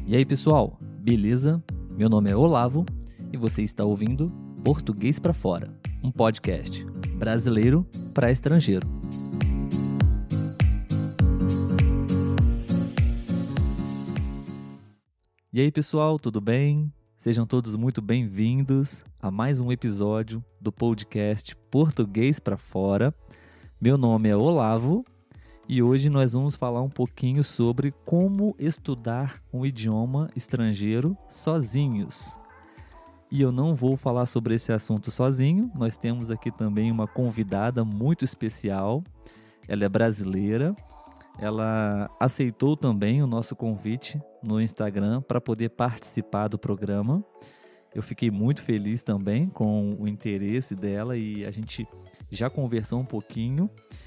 E aí, pessoal, beleza? Meu nome é Olavo e você está ouvindo Português pra Fora, um podcast brasileiro para estrangeiro. E aí, pessoal, tudo bem? Sejam todos muito bem-vindos a mais um episódio do podcast Português pra Fora. Meu nome é Olavo e hoje nós vamos falar um pouquinho sobre como estudar um idioma estrangeiro sozinhos. E eu não vou falar sobre esse assunto sozinho, nós temos aqui também uma convidada muito especial. Ela é brasileira, ela aceitou também o nosso convite no Instagram para poder participar do programa. Eu fiquei muito feliz também com o interesse dela e a gente já conversou um pouquinho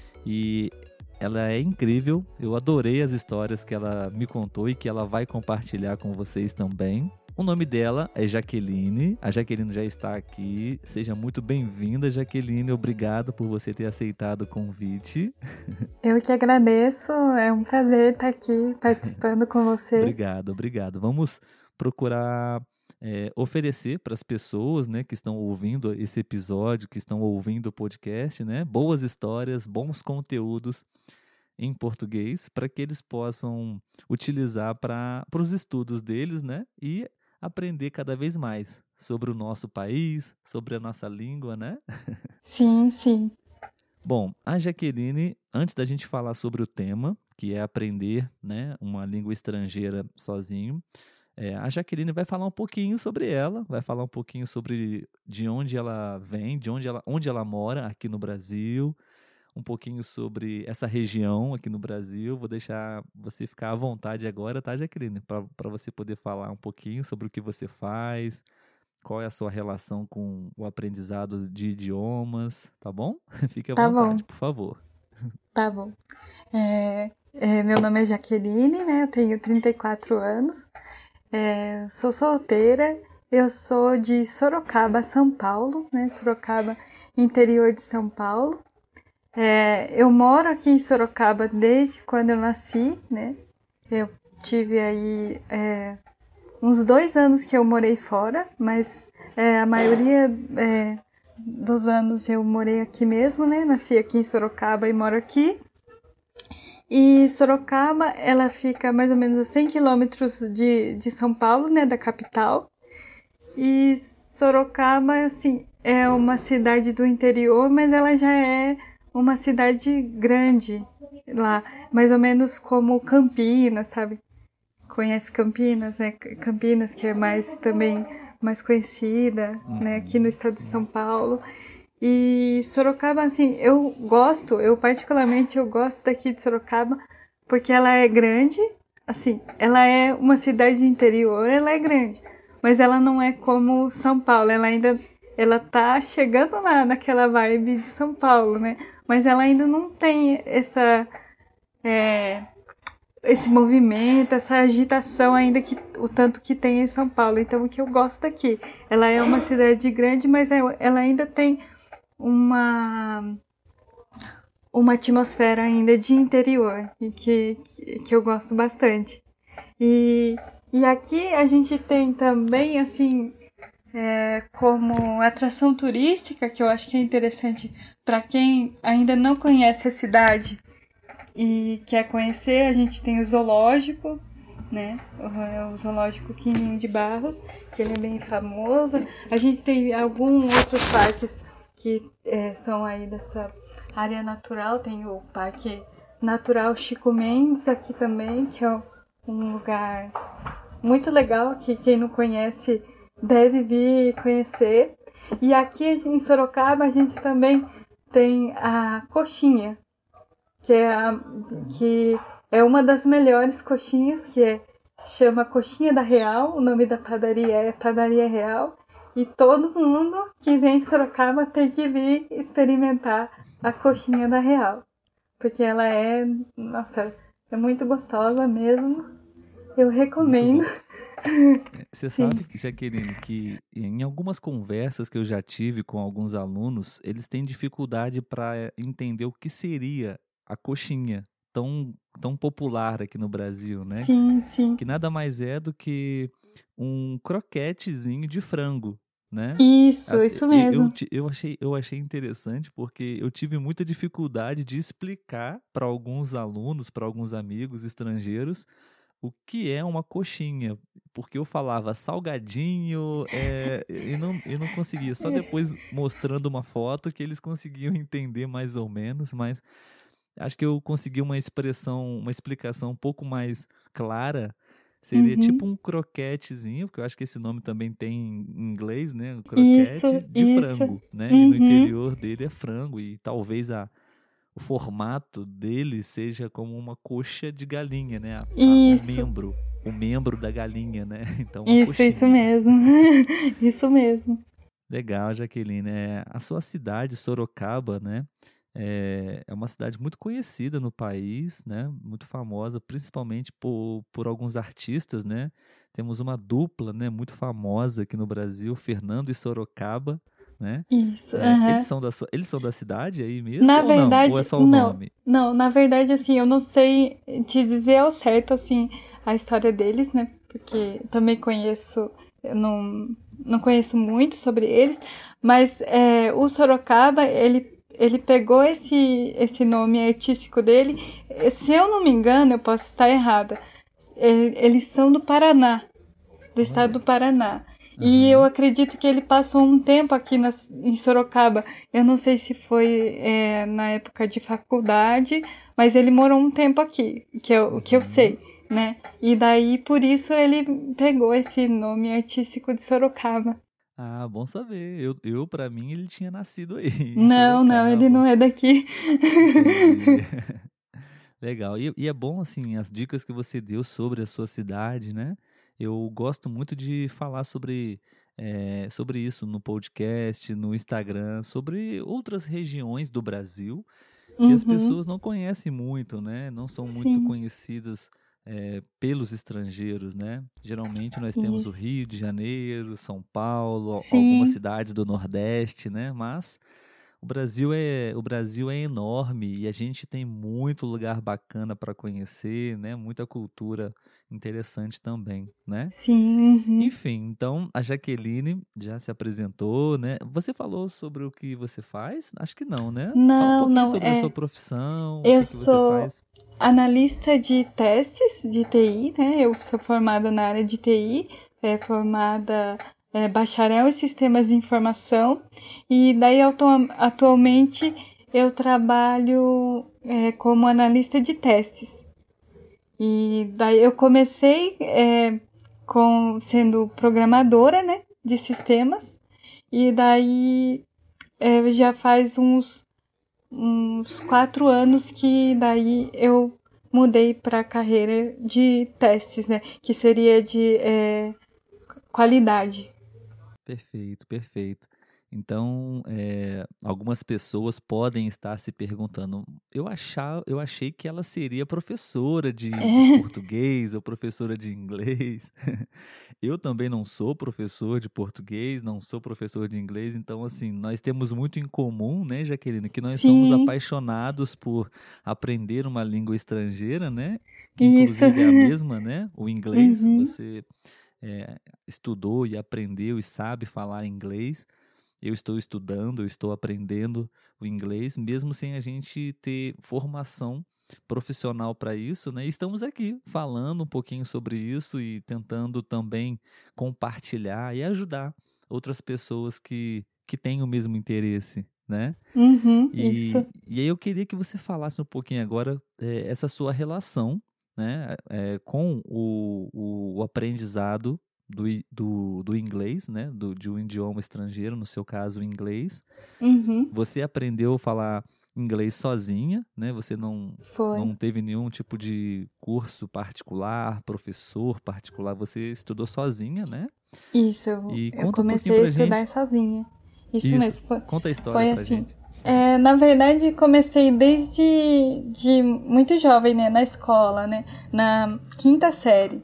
e ela é incrível. Eu adorei as histórias que ela me contou e que ela vai compartilhar com vocês também. O nome dela é Jaqueline. A Jaqueline já está aqui. Seja muito bem-vinda, Jaqueline. Obrigado por você ter aceitado o convite. Eu que agradeço. É um prazer estar aqui participando com você. Obrigado. Vamos procurar oferecer para as pessoas, né, que estão ouvindo esse episódio, que estão ouvindo o podcast, né, boas histórias, bons conteúdos em português para que eles possam utilizar para os estudos deles, né, e aprender cada vez mais sobre o nosso país, sobre a nossa língua, né? Sim. Bom, a Jaqueline, antes da gente falar sobre o tema, que é aprender, né, uma língua estrangeira sozinho, a Jaqueline vai falar um pouquinho sobre ela, vai falar um pouquinho sobre de onde ela vem, onde ela mora aqui no Brasil, um pouquinho sobre essa região aqui no Brasil. Vou deixar você ficar à vontade agora, tá, Jaqueline? Para você poder falar um pouquinho sobre o que você faz, qual é a sua relação com o aprendizado de idiomas, tá bom? Fique à Tá bom, vontade, por favor. tá bom. Meu nome é Jaqueline, né? Eu tenho 34 anos. Sou solteira. Eu sou de Sorocaba, São Paulo, né? Sorocaba, interior de São Paulo. Eu moro aqui em Sorocaba desde quando eu nasci, né? Eu tive aí uns 2 anos que eu morei fora, mas a maioria dos anos eu morei aqui mesmo, né? Nasci aqui em Sorocaba e moro aqui. E Sorocaba, ela fica mais ou menos a 100 quilômetros de São Paulo, né? Da capital. E Sorocaba, assim, é uma cidade do interior, mas ela já é uma cidade grande lá, mais ou menos como Campinas, sabe? Conhece Campinas, né? Campinas, que é também mais conhecida, né? Aqui no estado de São Paulo. E Sorocaba, assim, eu particularmente gosto daqui de Sorocaba porque ela é grande, assim, ela é uma cidade interior, ela é grande, mas ela não é como São Paulo, ela tá chegando lá naquela vibe de São Paulo, né? Mas ela ainda não tem esse movimento, essa agitação ainda o tanto que tem em São Paulo. Então, o que eu gosto daqui, ela é uma cidade grande, mas ela ainda tem uma atmosfera ainda de interior e que eu gosto bastante. E aqui a gente tem também, assim, como atração turística, que eu acho que é interessante para quem ainda não conhece a cidade e quer conhecer, a gente tem o zoológico, né? O zoológico Quindim de Barros, que ele é bem famoso. A gente tem alguns outros parques que são aí dessa área natural. Tem o Parque Natural Chico Mendes aqui também, que é um lugar muito legal, que quem não conhece deve vir conhecer. E aqui em Sorocaba a gente também tem a coxinha, que é uma das melhores coxinhas, que chama Coxinha da Real. O nome da padaria é Padaria Real. E todo mundo que vem em Sorocaba tem que vir experimentar a coxinha da Real. Porque ela é muito gostosa mesmo. Eu recomendo. Muito bom. Você sabe, Jaqueline, que em algumas conversas que eu já tive com alguns alunos, eles têm dificuldade para entender o que seria a coxinha. tão popular aqui no Brasil, né? Sim, sim. Que nada mais é do que um croquetezinho de frango, né? Isso mesmo. Eu achei interessante porque eu tive muita dificuldade de explicar para alguns alunos, para alguns amigos estrangeiros, o que é uma coxinha, porque eu falava salgadinho, e não conseguia. Só depois mostrando uma foto que eles conseguiam entender mais ou menos, mas acho que eu consegui uma explicação um pouco mais clara. Seria tipo Uhum. um croquetezinho, porque eu acho que esse nome também tem em inglês, né? Um croquete Isso, de isso. frango, né? E no Uhum. interior dele é frango, e talvez o formato dele seja como uma coxa de galinha, né? Isso. O membro da galinha, né? Então, uma Isso coxinha. mesmo. Isso mesmo. Legal, Jaqueline. A sua cidade, Sorocaba, né? É uma cidade muito conhecida no país, né? Muito famosa, principalmente por alguns artistas, né? Temos uma dupla, né? Muito famosa aqui no Brasil, Fernando e Sorocaba, né? Isso. Aham. Eles são da cidade aí mesmo Na ou não? Ou é verdade, só o não. nome? Não, na verdade, assim, eu não sei te dizer ao certo, assim, a história deles, né? Porque também conheço, eu não conheço muito sobre eles, mas o Sorocaba, ele pegou esse nome artístico dele. Se eu não me engano, eu posso estar errada. Eles são do Paraná, do estado Olha. do Paraná. E eu Aham. acredito que ele passou um tempo aqui em Sorocaba. Eu não sei se foi na época de faculdade, mas ele morou um tempo aqui, que eu Uhum. sei, né? E daí, por isso, ele pegou esse nome artístico de Sorocaba. Ah, bom saber. Para mim, ele tinha nascido aí, em Não, não, ele Sorocaba. não é daqui. Entendi. Legal. E é bom, assim, as dicas que você deu sobre a sua cidade, né? Eu gosto muito de falar sobre isso no podcast, no Instagram, sobre outras regiões do Brasil que as Uhum, pessoas não conhecem muito, né? Não são muito sim, conhecidas, pelos estrangeiros, né? Geralmente nós temos o isso. Rio de Janeiro, São Paulo, algumas Sim, cidades do Nordeste, né? Mas o Brasil é enorme e a gente tem muito lugar bacana para conhecer, né? Muita cultura interessante também, né? sim, uhum. Enfim, então a Jaqueline já se apresentou, né? Você falou sobre o que você faz? Acho que não, né? Fala um Não, pouquinho não, sobre a sua profissão, o eu que você sou faz. analista de testes de TI, né? Eu sou formada na área de TI, formada bacharel em sistemas de informação, e daí atualmente eu trabalho como analista de testes. E daí eu comecei sendo programadora, né, de sistemas, e daí já faz uns 4 anos que daí eu mudei para a carreira de testes, né? Que seria de qualidade. Perfeito, perfeito. Então, algumas pessoas podem estar se perguntando, eu achei que ela seria professora de português ou professora de inglês. Eu também não sou professor de português, não sou professor de inglês, então, assim, nós temos muito em comum, né, Jaqueline, que nós somos Sim, apaixonados por aprender uma língua estrangeira, né, que isso. inclusive é a mesma, né, o inglês, Uhum. você estudou e aprendeu e sabe falar inglês. Eu estou estudando, eu estou aprendendo o inglês, mesmo sem a gente ter formação profissional para isso, né? E estamos aqui falando um pouquinho sobre isso e tentando também compartilhar e ajudar outras pessoas que têm o mesmo interesse, né? Uhum, isso. E aí eu queria que você falasse um pouquinho agora, essa sua relação, né, com o aprendizado do inglês, né, de um idioma estrangeiro, no seu caso, o inglês. Uhum. Você aprendeu a falar inglês sozinha, né? Você Foi. não teve nenhum tipo de curso particular, professor particular, você estudou sozinha, né? Isso, E eu conta um pouquinho comecei a pra estudar gente. sozinha. Isso Isso, mesmo, conta a história foi pra assim. gente. Na verdade, comecei desde muito jovem, né, na escola, né, na quinta série.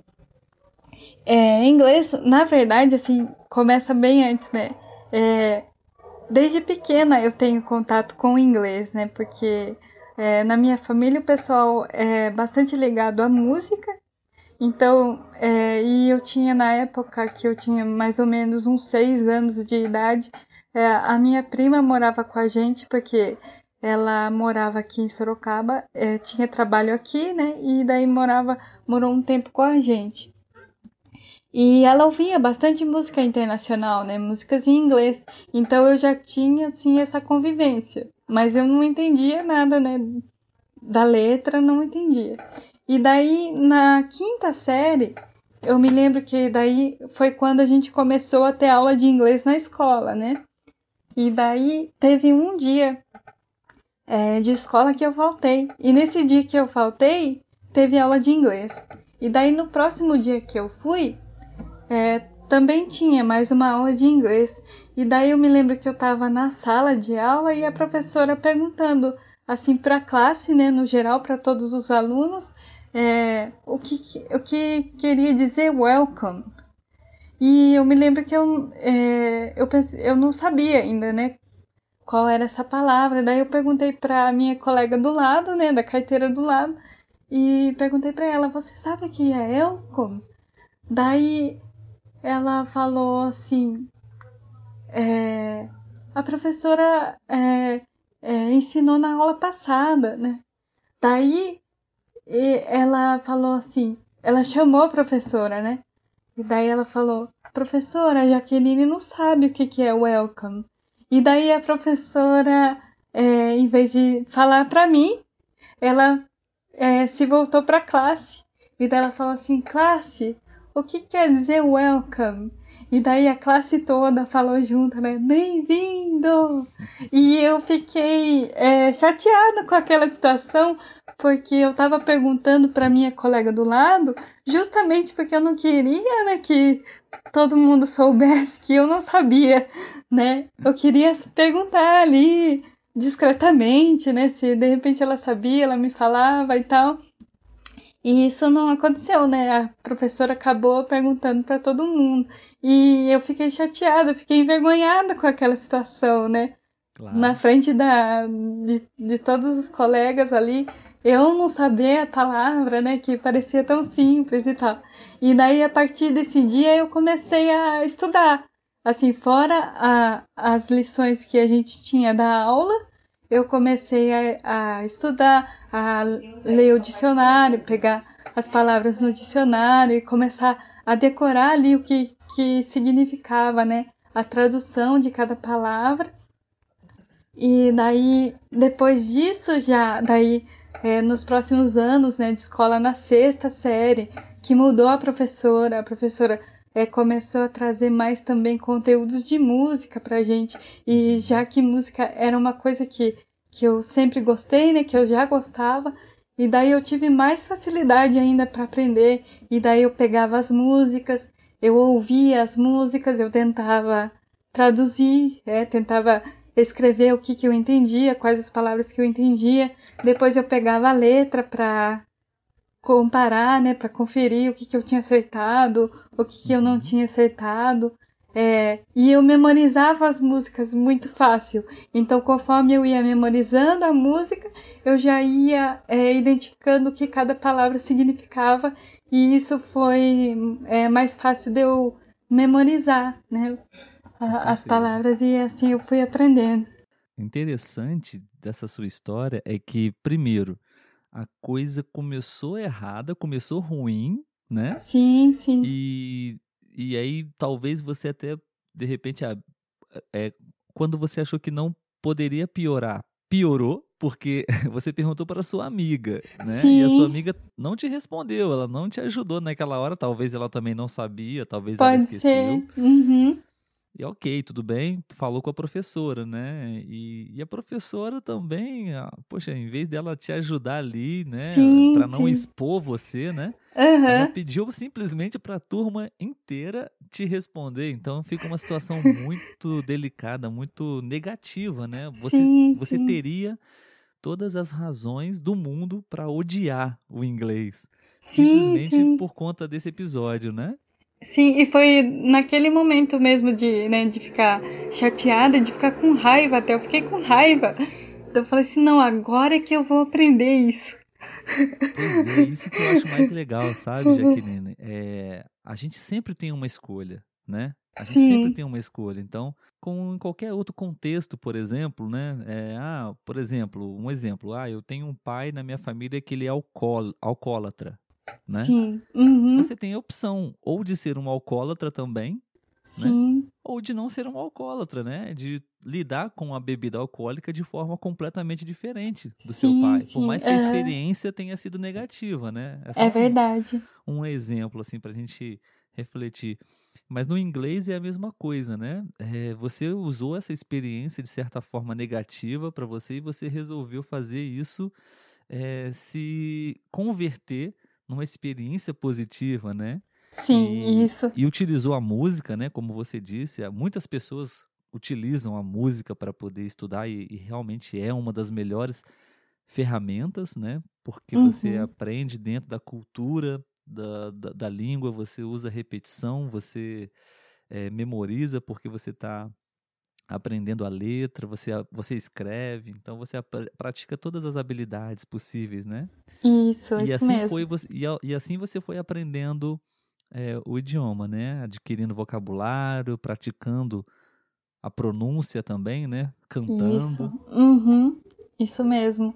Inglês, na verdade, assim, começa bem antes, né? Desde pequena eu tenho contato com o inglês, né? Porque Na minha família o pessoal é bastante ligado à música, então, e eu tinha na época que eu tinha mais ou menos uns 6 anos de idade, a minha prima morava com a gente porque ela morava aqui em Sorocaba, tinha trabalho aqui, né? E daí morou um tempo com a gente. E ela ouvia bastante música internacional, né? Músicas em inglês. Então eu já tinha, assim, essa convivência. Mas eu não entendia nada, né? Da letra, não entendia. E daí, na quinta série, eu me lembro que daí foi quando a gente começou a ter aula de inglês na escola, né? E daí teve um dia de escola que eu faltei. E nesse dia que eu faltei, teve aula de inglês. E daí no próximo dia que eu fui, também tinha mais uma aula de inglês. E daí eu me lembro que eu estava na sala de aula e a professora perguntando assim para a classe, né, no geral, para todos os alunos, o que queria dizer welcome. E eu me lembro que eu não sabia ainda, né, qual era essa palavra. Daí eu perguntei para a minha colega do lado, né, da carteira do lado, e perguntei para ela, você sabe o que é welcome? Daí ela falou assim, a professora ensinou na aula passada, né? Daí ela falou assim, ela chamou a professora, né? E daí ela falou, professora, a Jaqueline não sabe o que é welcome. E daí a professora, em vez de falar para mim, ela se voltou para a classe. E daí ela falou assim, classe, o que quer dizer welcome? E daí a classe toda falou junto, né? Bem-vindo! E eu fiquei chateada com aquela situação, porque eu estava perguntando para minha colega do lado, justamente porque eu não queria, né, que todo mundo soubesse que eu não sabia, né? Eu queria perguntar ali discretamente, né? Se de repente ela sabia, ela me falava e tal. E isso não aconteceu, né? A professora acabou perguntando para todo mundo. E eu fiquei chateada, fiquei envergonhada com aquela situação, né? Claro. Na frente de todos os colegas ali, eu não saber a palavra, né? Que parecia tão simples e tal. E daí, a partir desse dia, eu comecei a estudar. Assim, fora as lições que a gente tinha da aula, eu comecei a estudar, a ler o dicionário, pegar as palavras no dicionário e começar a decorar ali o que significava, né? A tradução de cada palavra. E daí, depois disso, nos próximos anos, né, de escola, na sexta série, que mudou a professora começou a trazer mais também conteúdos de música pra gente, e já que música era uma coisa que eu sempre gostei, né, que eu já gostava, e daí eu tive mais facilidade ainda para aprender, e daí eu pegava as músicas, eu ouvia as músicas, eu tentava traduzir, tentava escrever o que eu entendia, quais as palavras que eu entendia, depois eu pegava a letra para comparar, né, para conferir o que eu tinha acertado, o que eu não tinha acertado, e eu memorizava as músicas muito fácil. Então, conforme eu ia memorizando a música, eu já ia identificando o que cada palavra significava, e isso foi mais fácil de eu memorizar, né, as palavras, e assim eu fui aprendendo. Interessante dessa sua história é que, primeiro, a coisa começou errada, começou ruim, né? Sim, sim. E aí talvez você até, de repente, quando você achou que não poderia piorar, piorou, porque você perguntou para sua amiga, né? Sim. E a sua amiga não te respondeu, ela não te ajudou naquela hora, talvez ela também não sabia, talvez ela Pode esqueceu. ser. Uhum. E ok, tudo bem, falou com a professora, né? E a professora também, poxa, em vez dela te ajudar ali, né, Sim, para não sim. expor você, né? Ela Uhum. pediu simplesmente para a turma inteira te responder. Então fica uma situação muito delicada, muito negativa, né? Sim, Você sim. teria todas as razões do mundo para odiar o inglês, Sim, simplesmente sim. por conta desse episódio, né? Sim, e foi naquele momento mesmo de ficar chateada, de ficar com raiva até. Eu fiquei com raiva. Eu falei assim, não, agora é que eu vou aprender isso. Pois é, isso que eu acho mais legal, sabe, Jaqueline? A gente sempre tem uma escolha, né? A gente sempre Sim, tem uma escolha. Então, como em qualquer outro contexto, por exemplo, né? Por exemplo, um exemplo. Eu tenho um pai na minha família que ele é alcoólatra, né? sim, uhum, Você tem a opção ou de ser um alcoólatra também, né? sim, Ou de não ser um alcoólatra, né? De lidar com a bebida alcoólica de forma completamente diferente do seu sim, pai. Por sim, mais que a aham, experiência tenha sido negativa, né? É é só verdade. um exemplo, assim, para a gente refletir. Mas no inglês é a mesma coisa, né? Você usou essa experiência de certa forma negativa para você e você resolveu fazer isso, se converter numa experiência positiva, né? Sim, isso. E utilizou a música, né? Como você disse, muitas pessoas utilizam a música para poder estudar e realmente é uma das melhores ferramentas, né? Porque você Uhum, aprende dentro da cultura da língua, você usa repetição, você memoriza porque você está aprendendo a letra, você escreve, então você pratica todas as habilidades possíveis, né? E isso assim mesmo. foi e assim você foi aprendendo o idioma, né? Adquirindo vocabulário, praticando a pronúncia também, né? Isso, Cantando. uhum, isso mesmo.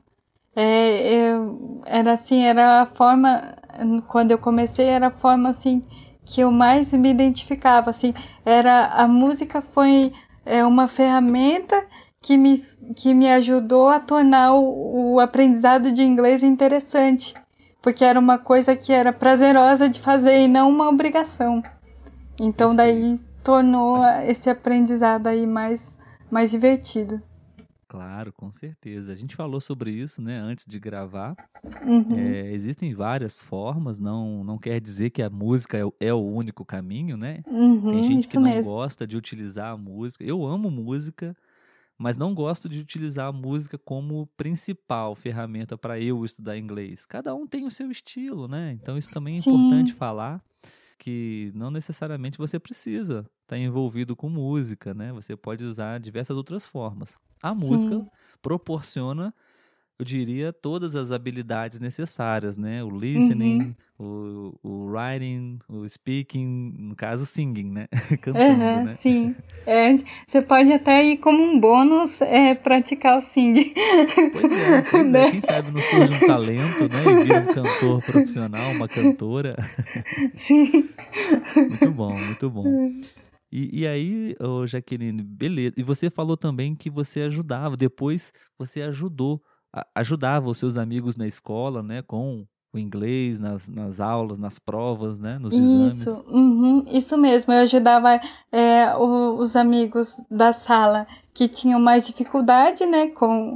Era assim, era a forma, quando eu comecei, era a forma assim que eu mais me identificava, assim, era a música foi uma ferramenta que me, que me ajudou a tornar o aprendizado de inglês interessante, porque era uma coisa que era prazerosa de fazer e não uma obrigação. Então daí Perfeito. tornou A esse aprendizado aí mais divertido. Claro, com certeza. A gente falou sobre isso, né, antes de gravar. Uhum, Existem várias formas, não quer dizer que a música é o único caminho, né? Tem uhum, gente que isso não mesmo. gosta de utilizar a música. Eu amo música, mas não gosto de utilizar a música como principal ferramenta para eu estudar inglês. Cada um tem o seu estilo, né? Então isso também é importante Sim, falar que não necessariamente você precisa estar envolvido com música, né? Você pode usar diversas outras formas. A música sim. proporciona, eu diria, todas as habilidades necessárias, né? O Uhum. listening, o writing, o speaking, no caso, singing, né? Cantando, Aham, né? sim. Você pode até ir como um bônus praticar o sing. Pois é. Né? Quem sabe não surge um talento, né? E vira um cantor profissional, uma cantora. Sim. Muito bom, muito bom. E aí, ô Jaqueline, beleza. E você falou também que você ajudava, depois você ajudava os seus amigos na escola, né, com o inglês, nas aulas, nas provas, né, nos Isso, exames. uhum, isso mesmo. Eu ajudava os amigos da sala que tinham mais dificuldade, né,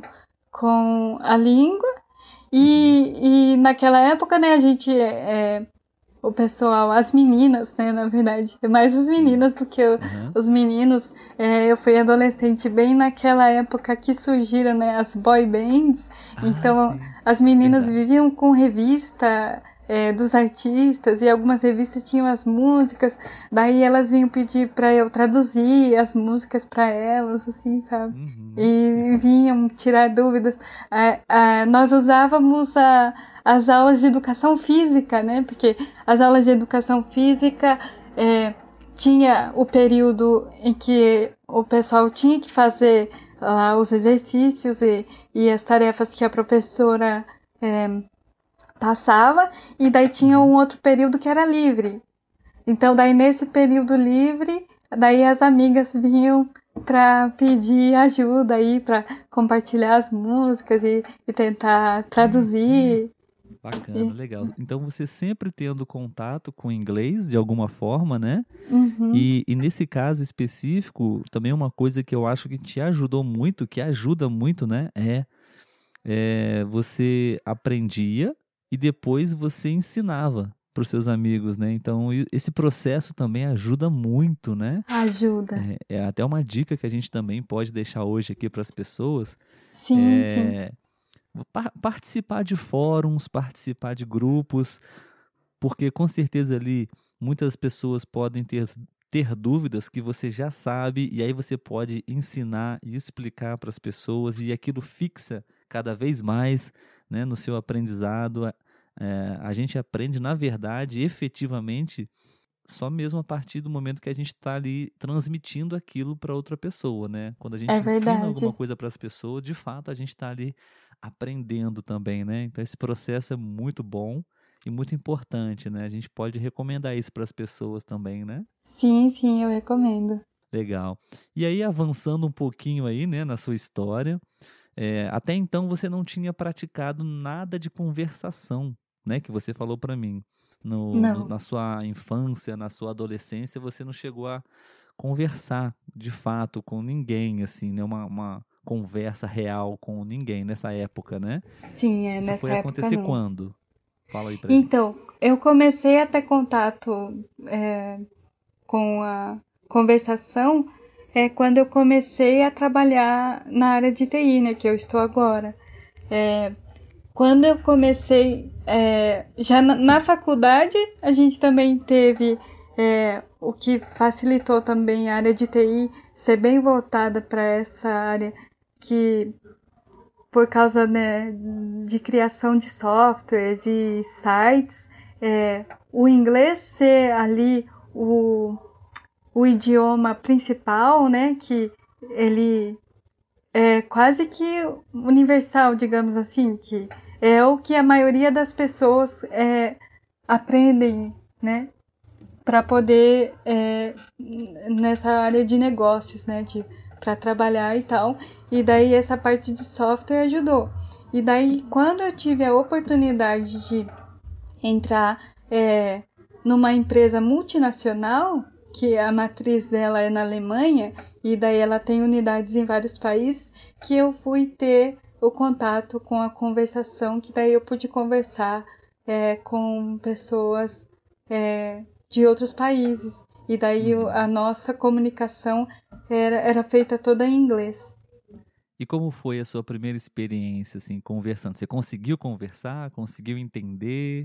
com a língua. Uhum, E naquela época, né, a gente o pessoal, as meninas, né, na verdade, mais as sim. meninas do que Aham. os meninos. Eu fui adolescente bem naquela época que surgiram, né, as boy bands. Ah, Então, sim. as meninas Verdade. viviam com revista dos artistas e algumas revistas tinham as músicas. Daí elas vinham pedir para eu traduzir as músicas para elas, assim, sabe? Uhum. E vinham tirar dúvidas. Nós usávamos as aulas de educação física, né? Porque as aulas de educação física tinha o período em que o pessoal tinha que fazer os exercícios e as tarefas que a professora passava, e daí tinha um Uhum. outro período que era livre. Então, daí nesse período livre, daí as amigas vinham para pedir ajuda aí, para compartilhar as músicas e tentar traduzir. Bacana, E, legal. Então você sempre tendo contato com o inglês de alguma forma, né? uhum, E nesse caso específico, também uma coisa que eu acho que te ajudou muito, que ajuda muito, né? Você aprendia e depois você ensinava para os seus amigos, né? Então esse processo também ajuda muito, né? ajuda. É até uma dica que a gente também pode deixar hoje aqui para as pessoas. Sim, sim. É, participar de fóruns, participar de grupos, porque com certeza ali muitas pessoas podem ter ter dúvidas que você já sabe e aí você pode ensinar e explicar para as pessoas e aquilo fixa cada vez mais, né, no seu aprendizado. A gente aprende, na verdade, efetivamente, só mesmo a partir do momento que a gente está ali transmitindo aquilo para outra pessoa, né? Quando a É gente ensina alguma verdade. coisa para as pessoas, de fato a gente está ali aprendendo também, né? Então esse processo é muito bom e muito importante, né? A gente pode recomendar isso para as pessoas também, né? Sim, sim, eu recomendo. Legal. E aí, avançando um pouquinho aí, né, na sua história, até então você não tinha praticado nada de conversação, né, que você falou para mim. Não, Na sua infância, na sua adolescência, você não chegou a conversar de fato com ninguém, assim, né, uma conversa real com ninguém nessa época, né? sim, Isso nessa foi época acontecer não. quando? Fala aí pra gente. Então, eu comecei a ter contato com a conversação quando eu comecei a trabalhar na área de TI, né, que eu estou agora. Quando eu comecei, já na faculdade, a gente também teve o que facilitou também a área de TI ser bem voltada para essa área que por causa, né, de criação de softwares e sites, o inglês ser ali o idioma principal, né, que ele é quase que universal, digamos assim, que é o que a maioria das pessoas aprendem, né, para poder nessa área de negócios, né, para trabalhar e tal. E daí essa parte de software ajudou. E daí quando eu tive a oportunidade de entrar numa empresa multinacional, que a matriz dela é na Alemanha, e daí ela tem unidades em vários países, que eu fui ter o contato com a conversação, que daí eu pude conversar com pessoas de outros países. E daí Uhum. a nossa comunicação era feita toda em inglês. E como foi a sua primeira experiência, assim, conversando? Você conseguiu conversar? Conseguiu entender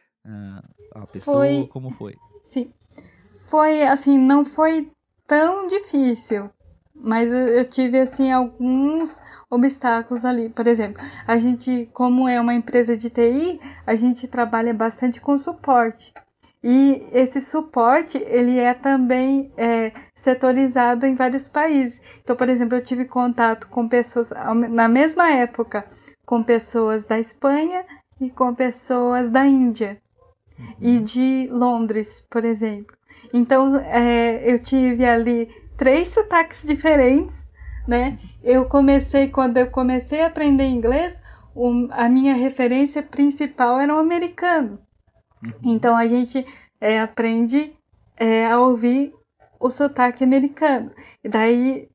a pessoa? Foi, Como foi? sim, foi assim, não foi tão difícil, mas eu tive assim alguns obstáculos ali. Por exemplo, a gente, como é uma empresa de TI, a gente trabalha bastante com suporte. E esse suporte, ele é também setorizado em vários países. Então, por exemplo, eu tive contato com pessoas, na mesma época, com pessoas da Espanha e com pessoas da Índia e Uhum. de Londres, por exemplo. Então, eu tive ali 3 sotaques diferentes, né? Quando eu comecei a aprender inglês, a minha referência principal era o americano. Uhum. Então, a gente aprende a ouvir o sotaque americano. E daí,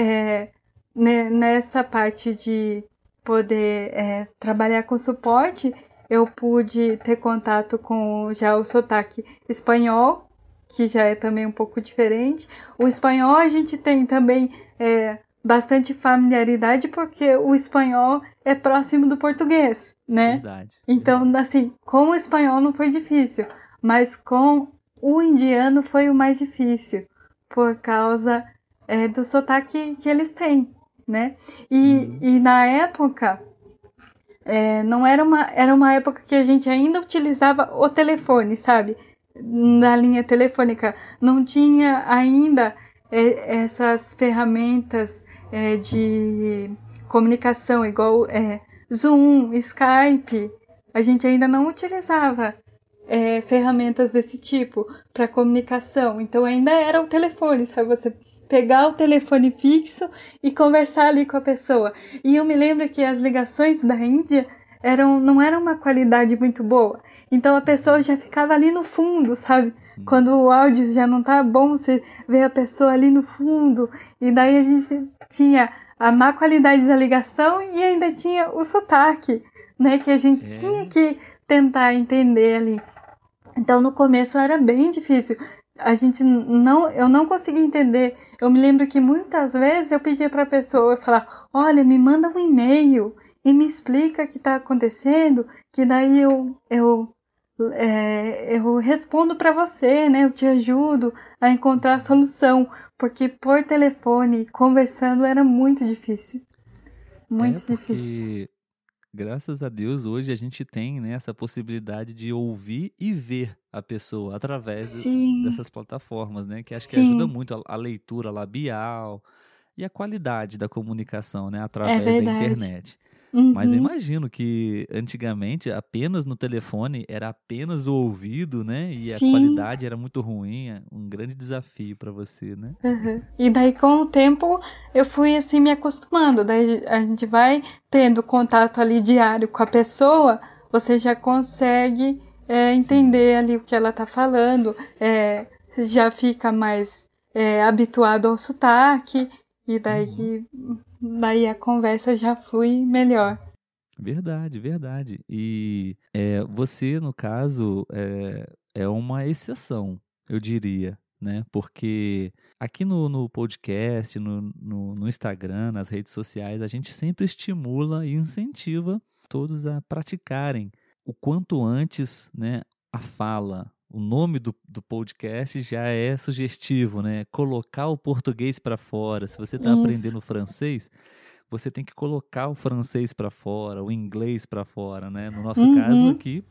nessa parte de poder trabalhar com suporte, eu pude ter contato com já o sotaque espanhol, que já é também um pouco diferente. O espanhol a gente tem também bastante familiaridade porque o espanhol é próximo do português, né? Verdade, Então, verdade. assim, com o espanhol não foi difícil, mas com o indiano foi o mais difícil, por causa do sotaque que eles têm, né? Uhum. E na época, não era uma época que a gente ainda utilizava o telefone, sabe? Sim. Na linha telefônica. Não tinha ainda essas ferramentas de comunicação, igual Zoom, Skype. A gente ainda não utilizava ferramentas desse tipo para comunicação. Então ainda era o telefone, sabe? Você pegar o telefone fixo e conversar ali com a pessoa. E eu me lembro que as ligações da Índia não eram uma qualidade muito boa. Então a pessoa Uhum. já ficava ali no fundo, sabe? Uhum. Quando o áudio já não tá bom, você vê a pessoa ali no fundo. E daí a gente tinha a má qualidade da ligação e ainda tinha o sotaque, né? Que a gente tinha É, que tentar entender ali. Então no começo era bem difícil. Eu não conseguia entender. Eu me lembro que muitas vezes eu pedia para a pessoa falar: olha, me manda um e-mail e me explica o que está acontecendo, que daí eu eu respondo para você, né? Eu te ajudo a encontrar a solução, porque por telefone, conversando, era muito difícil. Muito difícil. Porque graças a Deus, hoje a gente tem, né, essa possibilidade de ouvir e ver a pessoa através Sim, dessas plataformas, né, que acho que ajuda sim, muito a leitura labial e a qualidade da comunicação, né, é através da verdade. internet. Mas eu Uhum. imagino que antigamente apenas no telefone era apenas o ouvido, né, e a Sim. qualidade era muito ruim, um grande desafio para você, né? Uhum. E daí, com o tempo, eu fui assim me acostumando. Daí a gente vai tendo contato ali diário com a pessoa, você já consegue Sim. entender ali o que ela está falando, você já fica mais habituado ao sotaque, e Uhum. daí a conversa já flui melhor. Verdade, verdade. E você, no caso, é uma exceção, eu diria, né? Porque aqui no podcast, no Instagram, nas redes sociais, a gente sempre estimula e incentiva todos a praticarem o quanto antes, né, a fala. O nome do podcast já é sugestivo, né? Colocar o português para fora. Se você está Isso, aprendendo francês, você tem que colocar o francês para fora, o inglês para fora, né? No nosso caso uhum, aqui,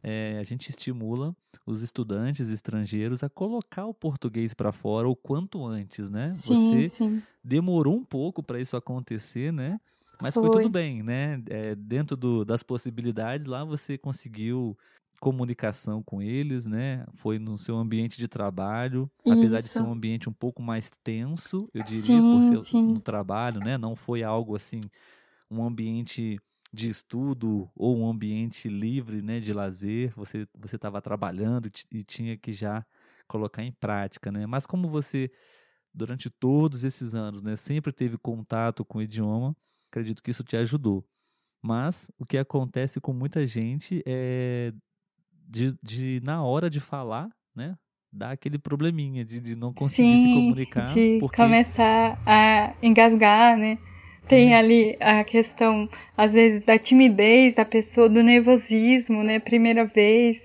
a gente estimula os estudantes estrangeiros a colocar o português para fora o quanto antes, né? sim, Você sim, demorou um pouco para isso acontecer, né? Mas foi tudo foi. bem, né? Dentro das possibilidades, lá você conseguiu comunicação com eles, né? Foi no seu ambiente de trabalho, apesar de ser Isso, um ambiente um pouco mais tenso, eu diria, por sim, ser no sim, trabalho, né? Não foi algo assim, um ambiente de estudo ou um ambiente livre, né, de lazer. Você estava trabalhando e tinha que já colocar em prática, né? Mas como você durante todos esses anos, né, sempre teve contato com o idioma, acredito que isso te ajudou. Mas o que acontece com muita gente é de na hora de falar, né, dar aquele probleminha de não conseguir se sim, comunicar, de porque começar a engasgar, né? Tem é, ali a questão, às vezes, da timidez da pessoa, do nervosismo, né? Primeira vez.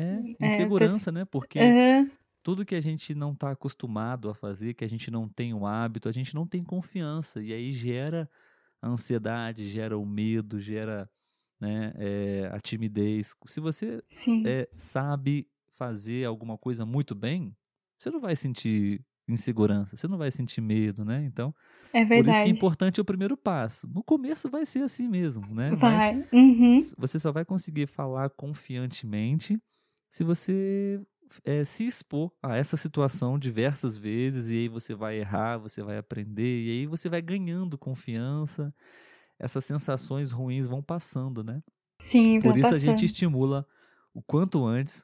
A pessoa... insegurança, né? Porque Aham, tudo que a gente não está acostumado a fazer, que a gente não tem o hábito, a gente não tem confiança. E aí gera a ansiedade, gera o medo, gera, né, a timidez. Se você sim, sabe fazer alguma coisa muito bem, você não vai sentir insegurança, você não vai sentir medo, né? Então, é por isso que é verdade. importante o primeiro passo. No começo vai ser assim mesmo, né? Mas Vai. Uhum. você só vai conseguir falar confiantemente se você se expor a essa situação diversas vezes, e aí você vai errar, você vai aprender, e aí você vai ganhando confiança, essas sensações ruins vão passando, né? Sim, Por vão isso a gente passando. estimula o quanto antes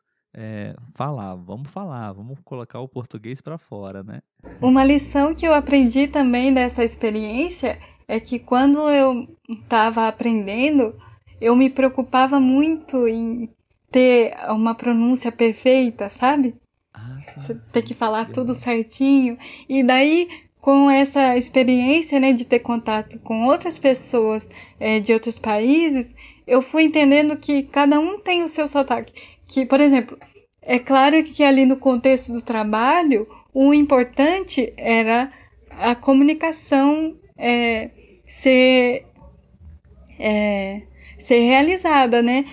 falar, vamos colocar o português para fora, né? Uma lição que eu aprendi também dessa experiência é que quando eu estava aprendendo, eu me preocupava muito em ter uma pronúncia perfeita, sabe? Ah, Você sim, ter que sim, falar tudo verdade. certinho. E daí, com essa experiência, né, de ter contato com outras pessoas de outros países, eu fui entendendo que cada um tem o seu sotaque. Que, por exemplo, é claro que ali no contexto do trabalho, o importante era a comunicação ser, é, ser realizada, né?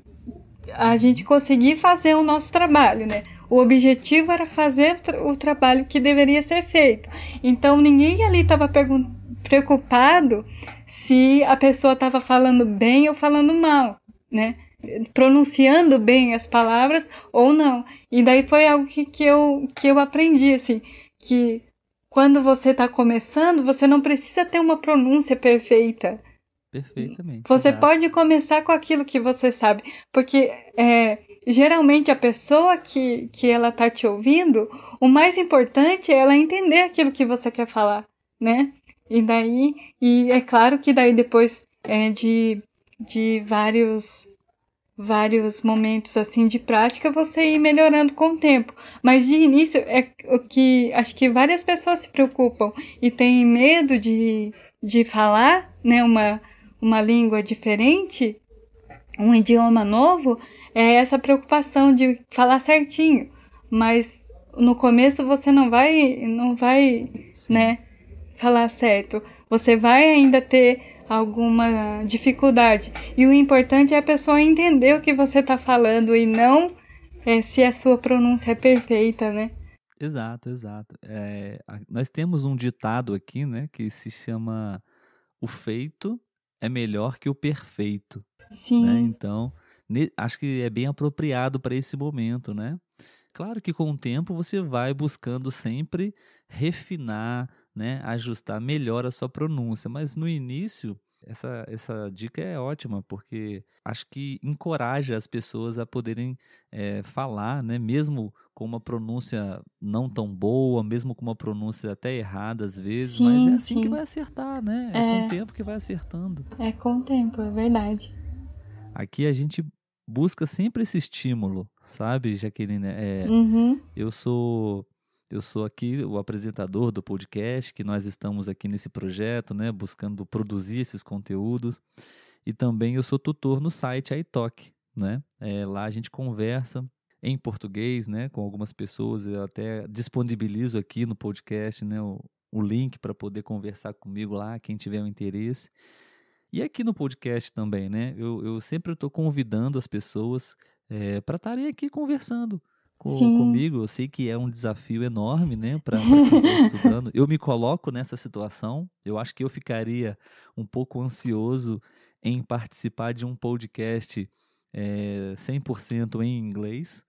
A gente Uhum. conseguir fazer o nosso trabalho, né? O objetivo era fazer o trabalho que deveria ser feito. Então ninguém ali estava preocupado se a pessoa estava falando bem ou falando mal, né? Pronunciando bem as palavras ou não. E daí foi algo que eu aprendi, assim, que quando você está começando, você não precisa ter uma pronúncia perfeita. Perfeitamente, Você exato. pode começar com aquilo que você sabe, porque geralmente a pessoa que ela tá te ouvindo, o mais importante é ela entender aquilo que você quer falar, né? E é claro que daí depois de vários momentos assim de prática, você ir melhorando com o tempo. Mas de início é o que acho que várias pessoas se preocupam e têm medo de falar, né, uma língua diferente, um idioma novo, é essa preocupação de falar certinho. Mas no começo você não vai, né, falar certo. Você vai ainda ter alguma dificuldade. E o importante é a pessoa entender o que você está falando e não se a sua pronúncia é perfeita, né? Exato, exato. Nós temos um ditado aqui, né, que se chama o feito é melhor que o perfeito, né? Sim. Então, acho que é bem apropriado para esse momento, né? Claro que com o tempo você vai buscando sempre refinar, né, ajustar melhor a sua pronúncia, mas no início essa dica é ótima, porque acho que encoraja as pessoas a poderem falar, né, mesmo com uma pronúncia não tão boa, mesmo com uma pronúncia até errada às vezes, mas é Sim, assim que sim. vai acertar, né? É com o tempo que vai acertando. É com o tempo, é verdade. Aqui a gente busca sempre esse estímulo, sabe, Jaqueline? Uhum. Eu sou aqui o apresentador do podcast, que nós estamos aqui nesse projeto, né, buscando produzir esses conteúdos. E também eu sou tutor no site iTalk, né? Lá a gente conversa em português, né, com algumas pessoas. Eu até disponibilizo aqui no podcast, né, o link para poder conversar comigo lá, quem tiver um interesse. E aqui no podcast também, né? Eu sempre estou convidando as pessoas para estarem aqui conversando Sim. comigo. Eu sei que é um desafio enorme, né? Para quem está estudando. Eu me coloco nessa situação. Eu acho que eu ficaria um pouco ansioso em participar de um podcast 100% em inglês.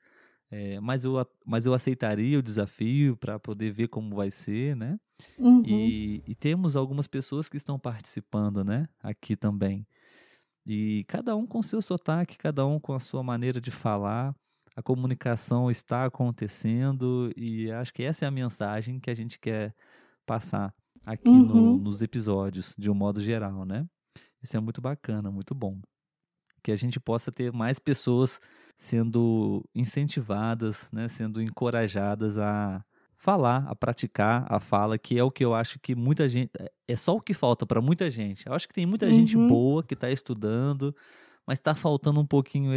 Mas eu aceitaria o desafio para poder ver como vai ser, né? Uhum. E temos algumas pessoas que estão participando, né, aqui também. E cada um com seu sotaque, cada um com a sua maneira de falar. A comunicação está acontecendo e acho que essa é a mensagem que a gente quer passar aqui Uhum. nos episódios, de um modo geral, né? Isso é muito bacana, muito bom. Que a gente possa ter mais pessoas sendo incentivadas, né, sendo encorajadas a falar, a praticar a fala, que é o que eu acho que muita gente. É só o que falta para muita gente. Eu acho que tem muita gente Uhum. boa que está estudando, mas está faltando um pouquinho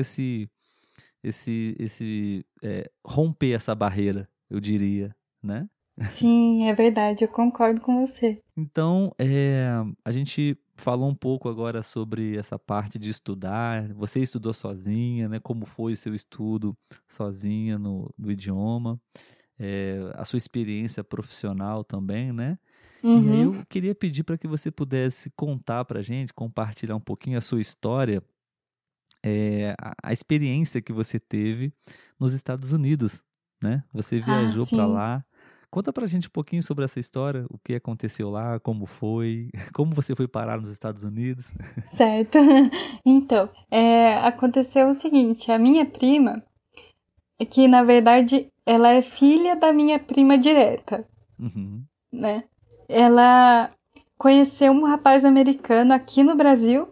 romper essa barreira, eu diria, né? Sim, é verdade, eu concordo com você. Então, a gente falou um pouco agora sobre essa parte de estudar. Você estudou sozinha, né? Como foi o seu estudo sozinha no idioma, a sua experiência profissional também, né? E aí Uhum. eu queria pedir para que você pudesse contar para a gente, compartilhar um pouquinho a sua história, a experiência que você teve nos Estados Unidos, né? Você Ah, viajou para sim. lá. Conta pra gente um pouquinho sobre essa história, o que aconteceu lá, como foi, como você foi parar nos Estados Unidos. Certo. Então, aconteceu o seguinte, a minha prima, que na verdade ela é filha da minha prima direta, Uhum, né? Ela conheceu um rapaz americano aqui no Brasil,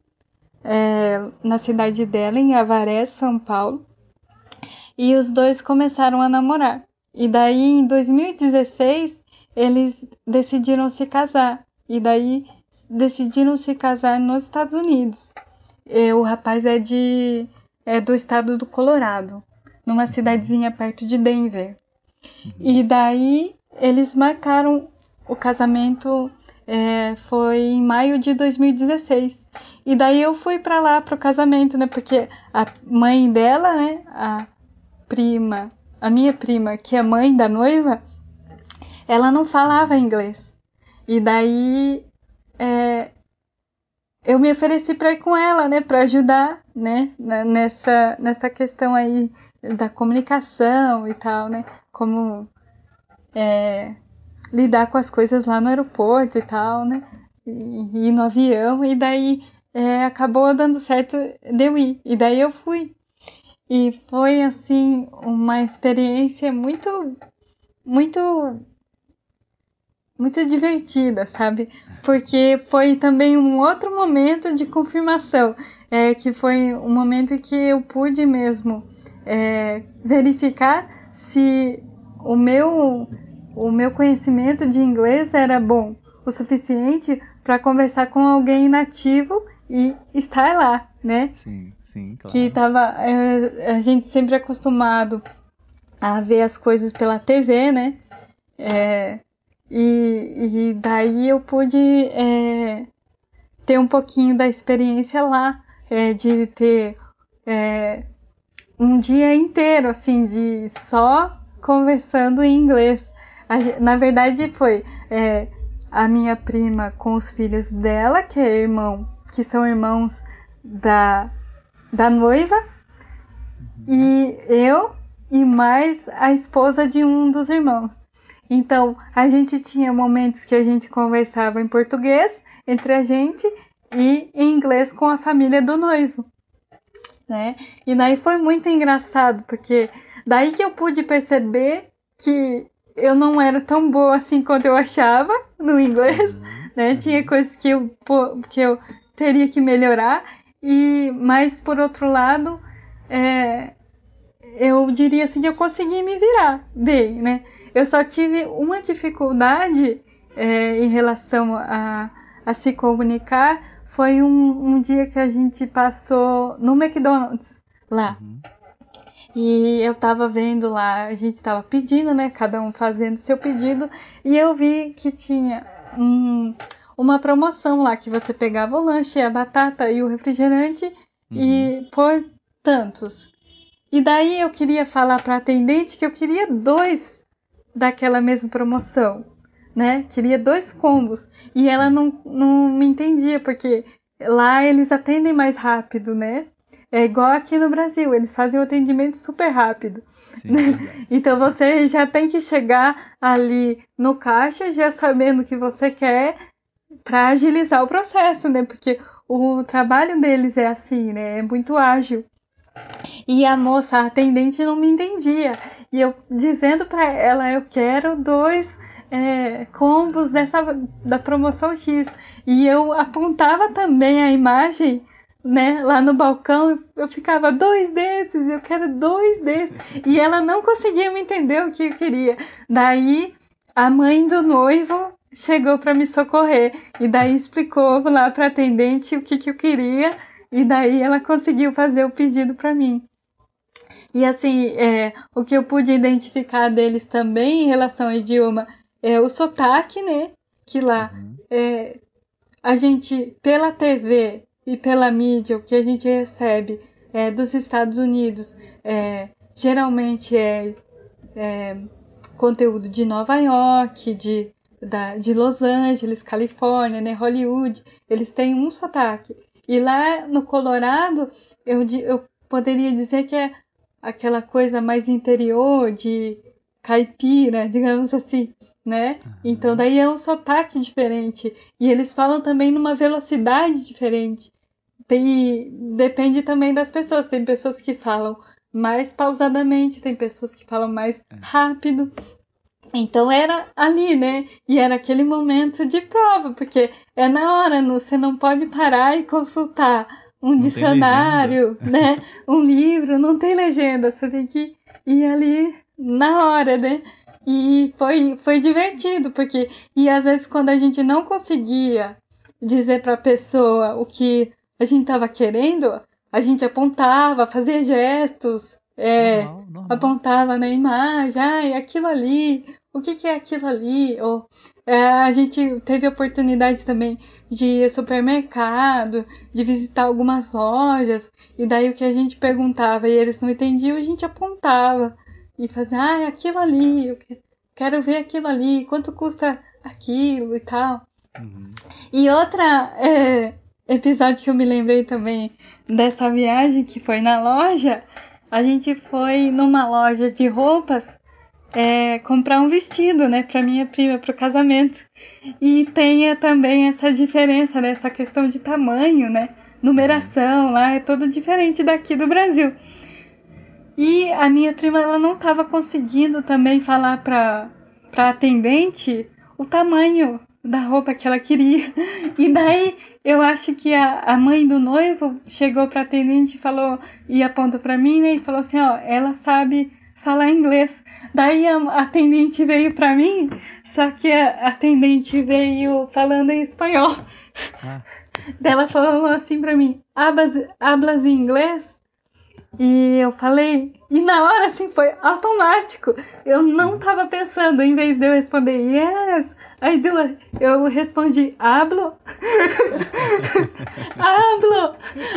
na cidade dela, em Avaré, São Paulo, e os dois começaram a namorar. E daí, em 2016, eles decidiram se casar. E daí, decidiram se casar nos Estados Unidos. O rapaz é do estado do Colorado, numa uhum, cidadezinha perto de Denver. uhum, E daí, eles marcaram o casamento, foi em maio de 2016. E daí eu fui para lá pro casamento, né? Porque a mãe dela, né? A minha prima, que é mãe da noiva, ela não falava uhum, inglês. E daí eu me ofereci para ir com ela, né, para ajudar, né, nessa questão aí da comunicação e tal, né, como lidar com as coisas lá no aeroporto e tal, né, e ir no avião. E daí acabou dando certo de eu ir. E daí eu fui. E foi, assim, uma experiência muito, muito divertida, sabe? Porque foi também um outro momento de confirmação, que foi um momento que eu pude mesmo verificar se o meu conhecimento de inglês era bom o suficiente para conversar com alguém nativo e estar lá, né? Sim, sim, Que claro. a gente sempre é acostumado a ver as coisas pela TV, né? E daí eu pude ter um pouquinho da experiência lá, de ter um dia inteiro, assim, de só conversando em inglês. Na verdade, foi a minha prima com os filhos dela, que são irmãos da noiva, e eu e mais a esposa de um dos irmãos. Então, a gente tinha momentos que a gente conversava em português entre a gente e em inglês com a família do noivo, né? E daí foi muito engraçado, porque daí que eu pude perceber que eu não era tão boa assim quanto eu achava no inglês, né? Tinha coisas que eu teria que melhorar, mas por outro lado, eu diria assim que eu consegui me virar bem, né? Eu só tive uma dificuldade em relação a se comunicar. Foi um dia que a gente passou no McDonald's lá. E eu tava vendo lá, a gente tava pedindo, né? Cada um fazendo seu pedido. E eu vi que tinha uma promoção lá, que você pegava o lanche, a batata e o refrigerante e por tantos. E daí eu queria falar para a atendente que eu queria 2 daquela mesma promoção, né? Queria 2 combos. E ela não me entendia, porque lá eles atendem mais rápido, né? É igual aqui no Brasil, eles fazem o atendimento super rápido. Sim, verdade. Então você já tem que chegar ali no caixa já sabendo o que você quer para agilizar o processo, né? Porque o trabalho deles é assim, né? É muito ágil. E a moça, a atendente, não me entendia. E eu dizendo para ela, eu quero 2 combos da promoção X. E eu apontava também a imagem, né, lá no balcão. Eu ficava, 2 desses, eu quero 2 desses. E ela não conseguia me entender o que eu queria. Daí, a mãe do noivo chegou para me socorrer. E daí explicou lá para a atendente o que eu queria. E daí ela conseguiu fazer o pedido para mim. E assim, o que eu pude identificar deles também em relação ao idioma é o sotaque, né? Que lá a gente, pela TV e pela mídia, o que a gente recebe dos Estados Unidos, geralmente conteúdo de Nova York, de Los Angeles, Califórnia, né? Hollywood. Eles têm um sotaque. E lá no Colorado, eu poderia dizer que é aquela coisa mais interior, de caipira, digamos assim, né? Então daí é um sotaque diferente. E eles falam também numa velocidade diferente. Depende também das pessoas. Tem pessoas que falam mais pausadamente, tem pessoas que falam mais rápido. Então era ali, né? E era aquele momento de prova, porque é na hora, você não pode parar e consultar um dicionário, né? Um livro, não tem legenda, você tem que ir ali na hora, né? E foi divertido, porque às vezes quando a gente não conseguia dizer para a pessoa o que a gente estava querendo, a gente apontava, fazia gestos, Normal. apontava na imagem, aquilo ali, o que é aquilo ali? Ou a gente teve a oportunidade também de ir ao supermercado, de visitar algumas lojas, e daí o que a gente perguntava e eles não entendiam, a gente apontava e fazia, é aquilo ali, eu quero ver aquilo ali, quanto custa aquilo e tal. E outra episódio que eu me lembrei também dessa viagem, que foi na loja, a gente foi numa loja de roupas comprar um vestido, né, para minha prima, para o casamento. E tem também essa diferença, né, essa questão de tamanho, né, numeração lá é todo diferente daqui do Brasil. E a minha prima, ela não estava conseguindo também falar para atendente o tamanho da roupa que ela queria. E daí eu acho que a mãe do noivo chegou para atendente e falou, e apontou para mim, né, e falou assim, ela sabe falar inglês. Daí a atendente veio para mim, só que a atendente veio falando em espanhol. Daí ela falou assim pra mim, hablas inglês? E eu falei, e na hora assim foi automático. Eu não tava pensando, em vez de eu responder yes, aí eu respondi hablo. Hablo.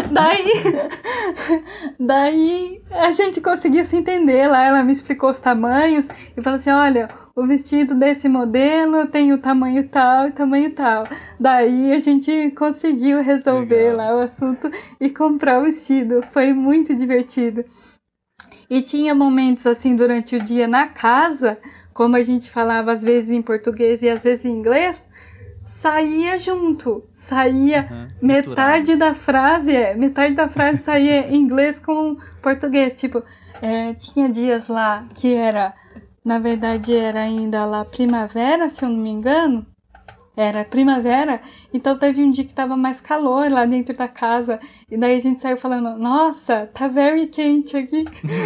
Daí a gente conseguiu se entender lá, ela me explicou os tamanhos e falou assim, olha, o vestido desse modelo tem o tamanho tal e tamanho tal. Daí a gente conseguiu resolver lá o assunto e comprar o vestido. Foi muito divertido. E tinha momentos assim durante o dia na casa, como a gente falava às vezes em português e às vezes em inglês, saía junto, saía metade da frase saía em inglês com português, tipo, tinha dias lá que na verdade era ainda lá primavera, se eu não me engano, era primavera, então teve um dia que tava mais calor lá dentro da casa, e daí a gente saiu falando, nossa, tá very quente aqui.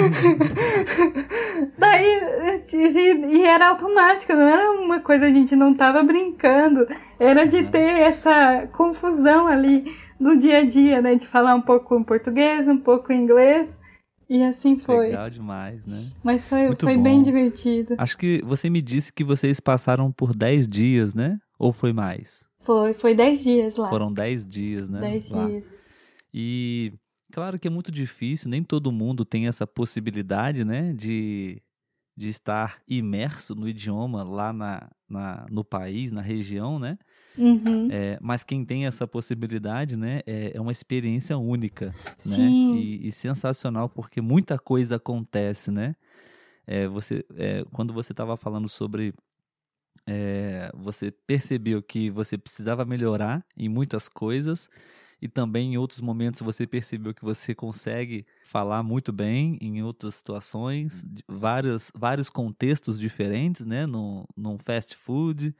E era automático, não era uma coisa, a gente não tava brincando, era de ter essa confusão ali no dia a dia, né, de falar um pouco em português, um pouco em inglês, e assim foi. Legal demais, né? Mas foi bem divertido. Acho que você me disse que vocês passaram por 10 dias, né? Ou foi mais? Foi 10 dias lá. Foram 10 dias, né? 10 dias. E claro que é muito difícil, nem todo mundo tem essa possibilidade, né? De estar imerso no idioma lá no país, na região, né? Uhum. Mas quem tem essa possibilidade, né? É uma experiência única, Sim. né? E sensacional, porque muita coisa acontece, né? Quando você estava falando sobre você percebeu que você precisava melhorar em muitas coisas e também em outros momentos você percebeu que você consegue falar muito bem em outras situações, vários contextos diferentes, né? Num fast food,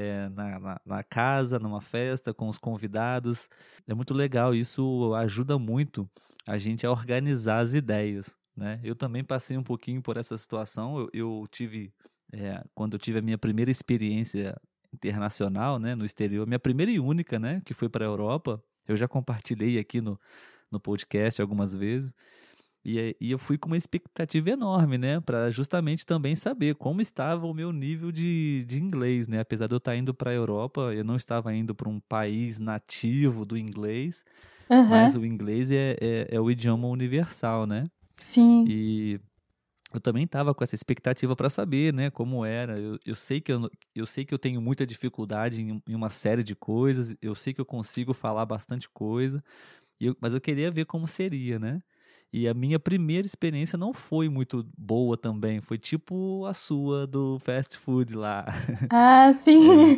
na casa, numa festa, com os convidados. É muito legal, isso ajuda muito a gente a organizar as ideias, né? Eu também passei um pouquinho por essa situação, eu tive... quando eu tive a minha primeira experiência internacional, né, no exterior, minha primeira e única, né, que foi para a Europa, eu já compartilhei aqui no podcast algumas vezes, e eu fui com uma expectativa enorme, né, para justamente também saber como estava o meu nível de inglês, né, apesar de eu estar indo para a Europa, eu não estava indo para um país nativo do inglês, mas o inglês é o idioma universal, né? Sim. E eu também estava com essa expectativa para saber, né, como era. Eu sei que eu sei que eu tenho muita dificuldade em uma série de coisas. Eu sei que eu consigo falar bastante coisa, mas eu queria ver como seria, né? E a minha primeira experiência não foi muito boa também. Foi tipo a sua do fast food lá. Ah, sim.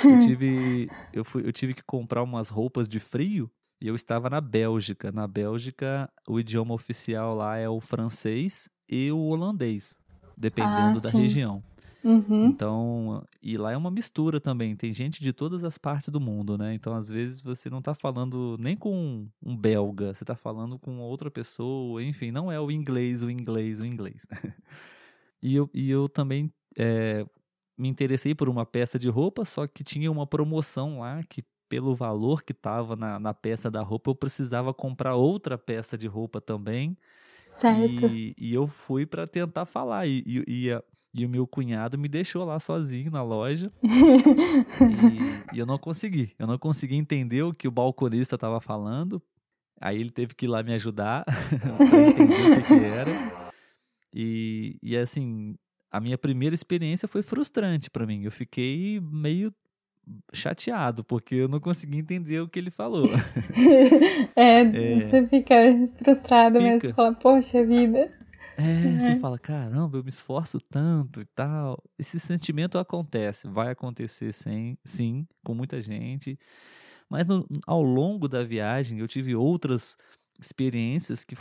Eu tive que comprar umas roupas de frio. E eu estava na Bélgica. Na Bélgica, o idioma oficial lá é o francês e o holandês, dependendo da região. Uhum. Então, e lá é uma mistura também. Tem gente de todas as partes do mundo, né? Então, às vezes, você não está falando nem com um belga, você está falando com outra pessoa. Enfim, não é o inglês. E eu também me interessei por uma peça de roupa, só que tinha uma promoção lá que pelo valor que estava na peça da roupa, eu precisava comprar outra peça de roupa também. Certo. E eu fui para tentar falar. E o meu cunhado me deixou lá sozinho na loja. E eu não consegui. Eu não consegui entender o que o balconista estava falando. Aí ele teve que ir lá me ajudar para entender o que era. E assim, a minha primeira experiência foi frustrante para mim. Eu fiquei meio chateado, porque eu não consegui entender o que ele falou. Você fica frustrado mesmo, você fala, poxa vida. Você fala, caramba, eu me esforço tanto e tal. Esse sentimento acontece, vai acontecer sim, com muita gente. Mas ao longo da viagem eu tive outras experiências que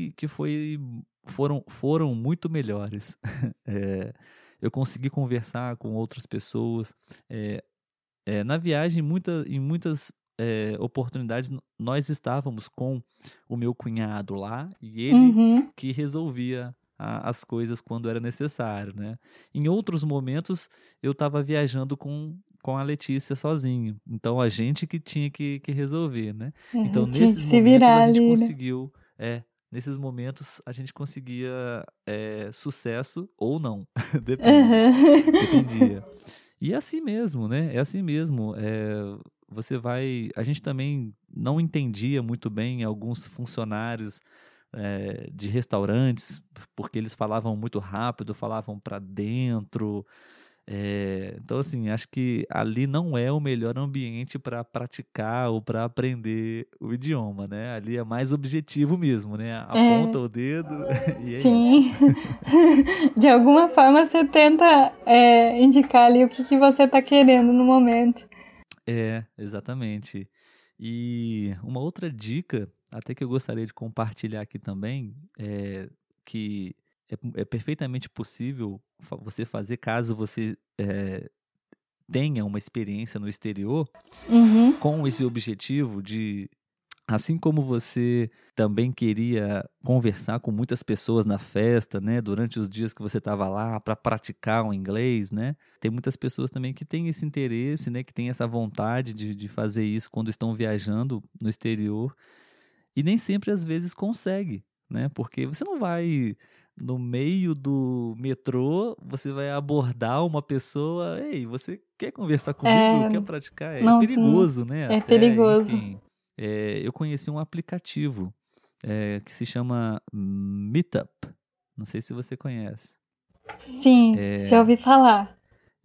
foram muito melhores. Eu consegui conversar com outras pessoas. Na viagem, em muitas oportunidades, nós estávamos com o meu cunhado lá e ele que resolvia as coisas quando era necessário, né? Em outros momentos, eu estava viajando com com a Letícia sozinho. Então a gente que tinha que resolver, né? Então Tinha que nesses se momentos virar a gente ali, né? conseguiu, nesses momentos a gente conseguia sucesso ou não, depende, dependia. E é assim mesmo, né? É assim mesmo. Você vai. A gente também não entendia muito bem alguns funcionários de restaurantes, porque eles falavam muito rápido, falavam para dentro. Então, assim, acho que ali não é o melhor ambiente para praticar ou para aprender o idioma, né? Ali é mais objetivo mesmo, né? É, Aponta o dedo e é isso. sim. De alguma forma você tenta indicar ali o que você está querendo no momento. Exatamente. E uma outra dica, até que eu gostaria de compartilhar aqui também, que é perfeitamente possível você fazer caso você tenha uma experiência no exterior Uhum. com esse objetivo de, assim como você também queria conversar com muitas pessoas na festa, né, durante os dias que você estava lá para praticar o inglês, né? Tem muitas pessoas também que têm esse interesse, né, que têm essa vontade de fazer isso quando estão viajando no exterior e nem sempre às vezes consegue, né? Porque você não vai no meio do metrô, você vai abordar uma pessoa, ei, você quer conversar comigo? É, Quer praticar? É não, perigoso, né? é Até, perigoso. enfim. Eu conheci um aplicativo que se chama Meetup. Não sei se você conhece. Sim, já ouvi falar.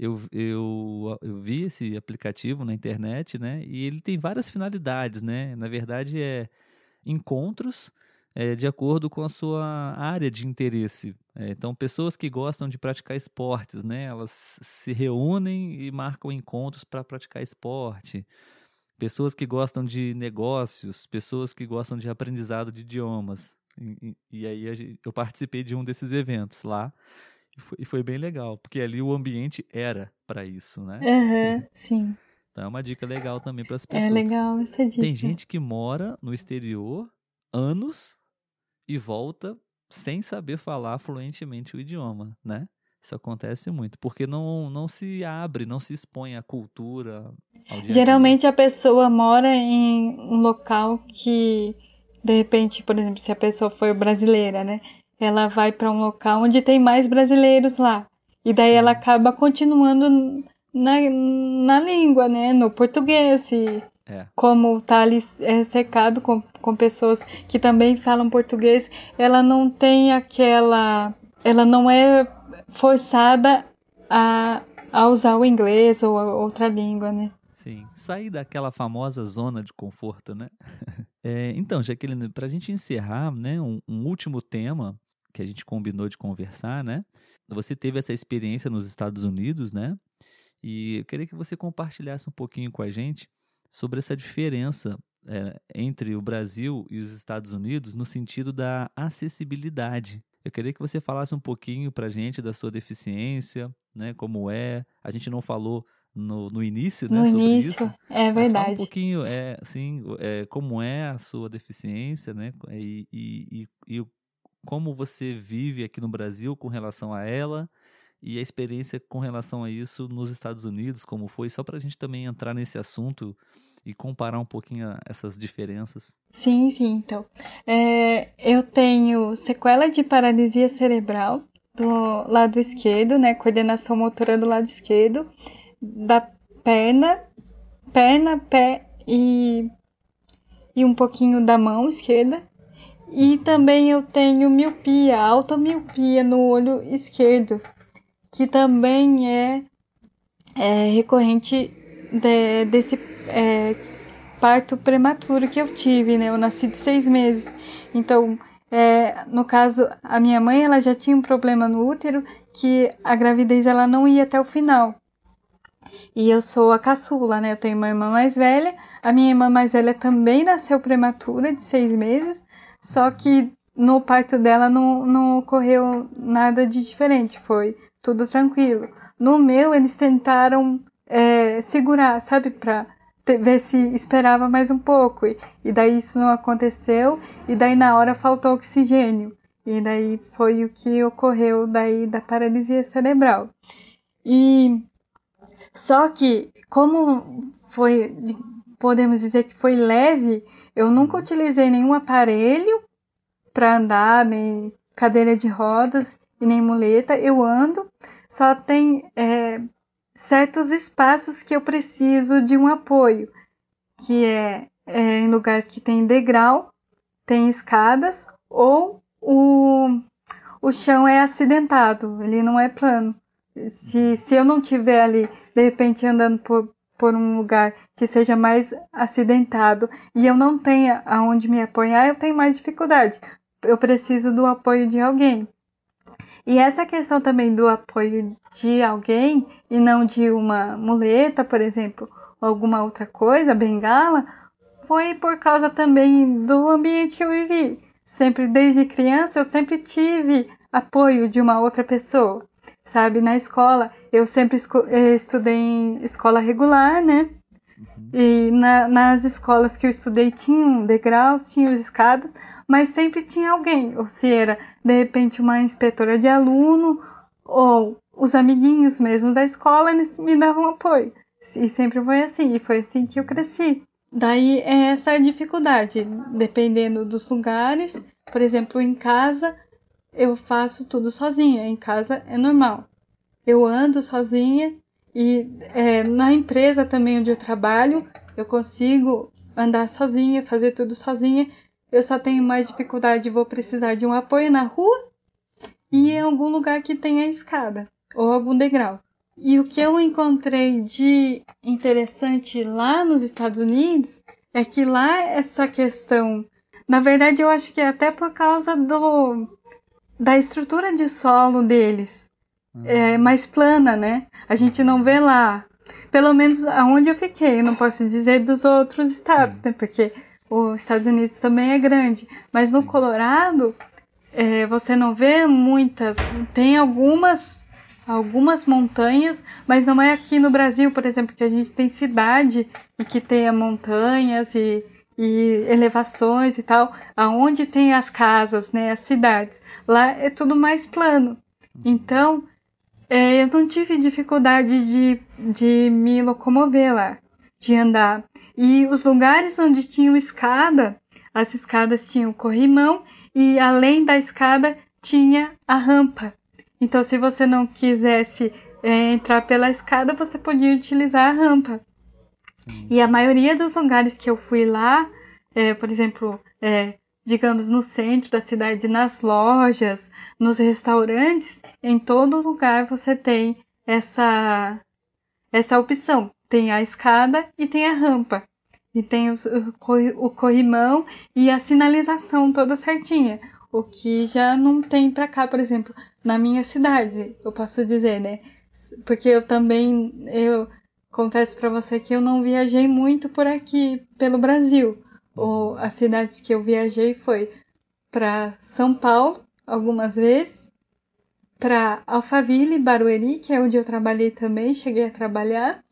Eu vi esse aplicativo na internet, né? E ele tem várias finalidades, né? Na verdade, encontros de acordo com a sua área de interesse. Então, pessoas que gostam de praticar esportes, né? Elas se reúnem e marcam encontros para praticar esporte. Pessoas que gostam de negócios, pessoas que gostam de aprendizado de idiomas. E aí eu participei de um desses eventos lá e foi bem legal, porque ali o ambiente era para isso, né? Aham, sim. Então é uma dica legal também para as É pessoas. legal essa Tem dica. gente que mora no exterior anos e volta sem saber falar fluentemente o idioma, né? Isso acontece muito, porque não se abre, não se expõe à cultura, ao dia a dia. Geralmente a pessoa mora em um local que, de repente, por exemplo, se a pessoa for brasileira, né? Ela vai para um local onde tem mais brasileiros lá. E daí ela Sim, acaba continuando na língua, né? No português. E é. como tá ali cercado com pessoas que também falam português, ela não tem aquela. Ela não é forçada a usar o inglês ou a outra língua, né? Sim, sair daquela famosa zona de conforto, né? Então, Jaqueline, para a gente encerrar, né, um último tema que a gente combinou de conversar, né? Você teve essa experiência nos Estados Unidos, né? E eu queria que você compartilhasse um pouquinho com a gente sobre essa diferença entre o Brasil e os Estados Unidos no sentido da acessibilidade. Eu queria que você falasse um pouquinho para a gente da sua deficiência, né? Como é. A gente não falou no início, né, No sobre início, isso, é mas fala um verdade. pouquinho, assim, como é a sua deficiência, né? E como você vive aqui no Brasil com relação a ela e a experiência com relação a isso nos Estados Unidos, como foi, só para a gente também entrar nesse assunto e comparar um pouquinho essas diferenças. Sim, sim, então. Eu tenho sequela de paralisia cerebral do lado esquerdo, né? Coordenação motora do lado esquerdo, da pé e um pouquinho da mão esquerda. E Uhum. também eu tenho miopia, alta miopia no olho esquerdo, que também recorrente desse parto prematuro que eu tive, né? Eu nasci de 6 meses. Então, no caso, a minha mãe ela já tinha um problema no útero que a gravidez ela não ia até o final. E eu sou a caçula, né? Eu tenho uma irmã mais velha. A minha irmã mais velha também nasceu prematura, de 6 meses. Só Uhum. que no parto dela não ocorreu nada de diferente. Foi tudo tranquilo. No meu, eles tentaram segurar, sabe? Pra ver se esperava mais um pouco. E daí isso não aconteceu. E daí na hora faltou oxigênio. E daí foi o que ocorreu daí da paralisia cerebral. E Só que, como foi, podemos dizer que foi leve, eu nunca utilizei nenhum aparelho para andar, nem cadeira de rodas e nem muleta. Eu ando, só tem certos espaços que eu preciso de um apoio, que é em lugares que tem degrau, tem escadas, ou o chão é acidentado, ele não é plano. Se eu não tiver ali, de repente, andando por um lugar que seja mais acidentado e eu não tenha aonde me apoiar, eu tenho mais dificuldade. Eu preciso do apoio de alguém. E essa questão também do apoio de alguém e não de uma muleta, por exemplo, ou alguma outra coisa, bengala, foi por causa também do ambiente que eu vivi. Sempre, desde criança, eu sempre tive apoio de uma outra pessoa, sabe? Na escola, eu sempre estudei em escola regular, né? E nas escolas que eu estudei tinham degraus, tinham escadas, mas sempre tinha alguém, ou se era, de repente, uma inspetora de aluno, ou os amiguinhos mesmo da escola, eles me davam apoio. E sempre foi assim, e foi assim que eu cresci. Daí é essa a dificuldade, dependendo dos lugares. Por exemplo, em casa, eu faço tudo sozinha, em casa é normal. Eu ando sozinha e na empresa também onde eu trabalho, eu consigo andar sozinha, fazer tudo sozinha. Eu só tenho mais dificuldade, vou precisar de um apoio na rua e em algum lugar que tenha escada ou algum degrau. E o que eu encontrei de interessante lá nos Estados Unidos é que lá essa questão, na verdade eu acho que é até por causa da estrutura de solo deles, é mais plana, né? A gente não vê lá, pelo menos aonde eu fiquei, eu não posso dizer dos outros estados, né? Porque os Estados Unidos também é grande, mas no Colorado você não vê muitas, tem algumas montanhas, mas não é aqui no Brasil, por exemplo, que a gente tem cidade e que tenha montanhas e elevações e tal, aonde tem as casas, né, as cidades. Lá é tudo mais plano. Então, eu não tive dificuldade de me locomover lá, de andar. E os lugares onde tinham escada, as escadas tinham corrimão e além da escada tinha a rampa. Então, se você não quisesse entrar pela escada, você podia utilizar a rampa. Sim. E a maioria dos lugares que eu fui lá, por exemplo, digamos no centro da cidade, nas lojas, nos restaurantes, em todo lugar você tem essa opção. Tem a escada e tem a rampa. E tem o corrimão e a sinalização toda certinha. O que já não tem pra cá, por exemplo, na minha cidade, eu posso dizer, né? Porque eu confesso pra você que eu não viajei muito por aqui, pelo Brasil. Ou as cidades que eu viajei foi para São Paulo, algumas vezes, para Alphaville, Barueri, que é onde eu trabalhei também, cheguei a trabalhar,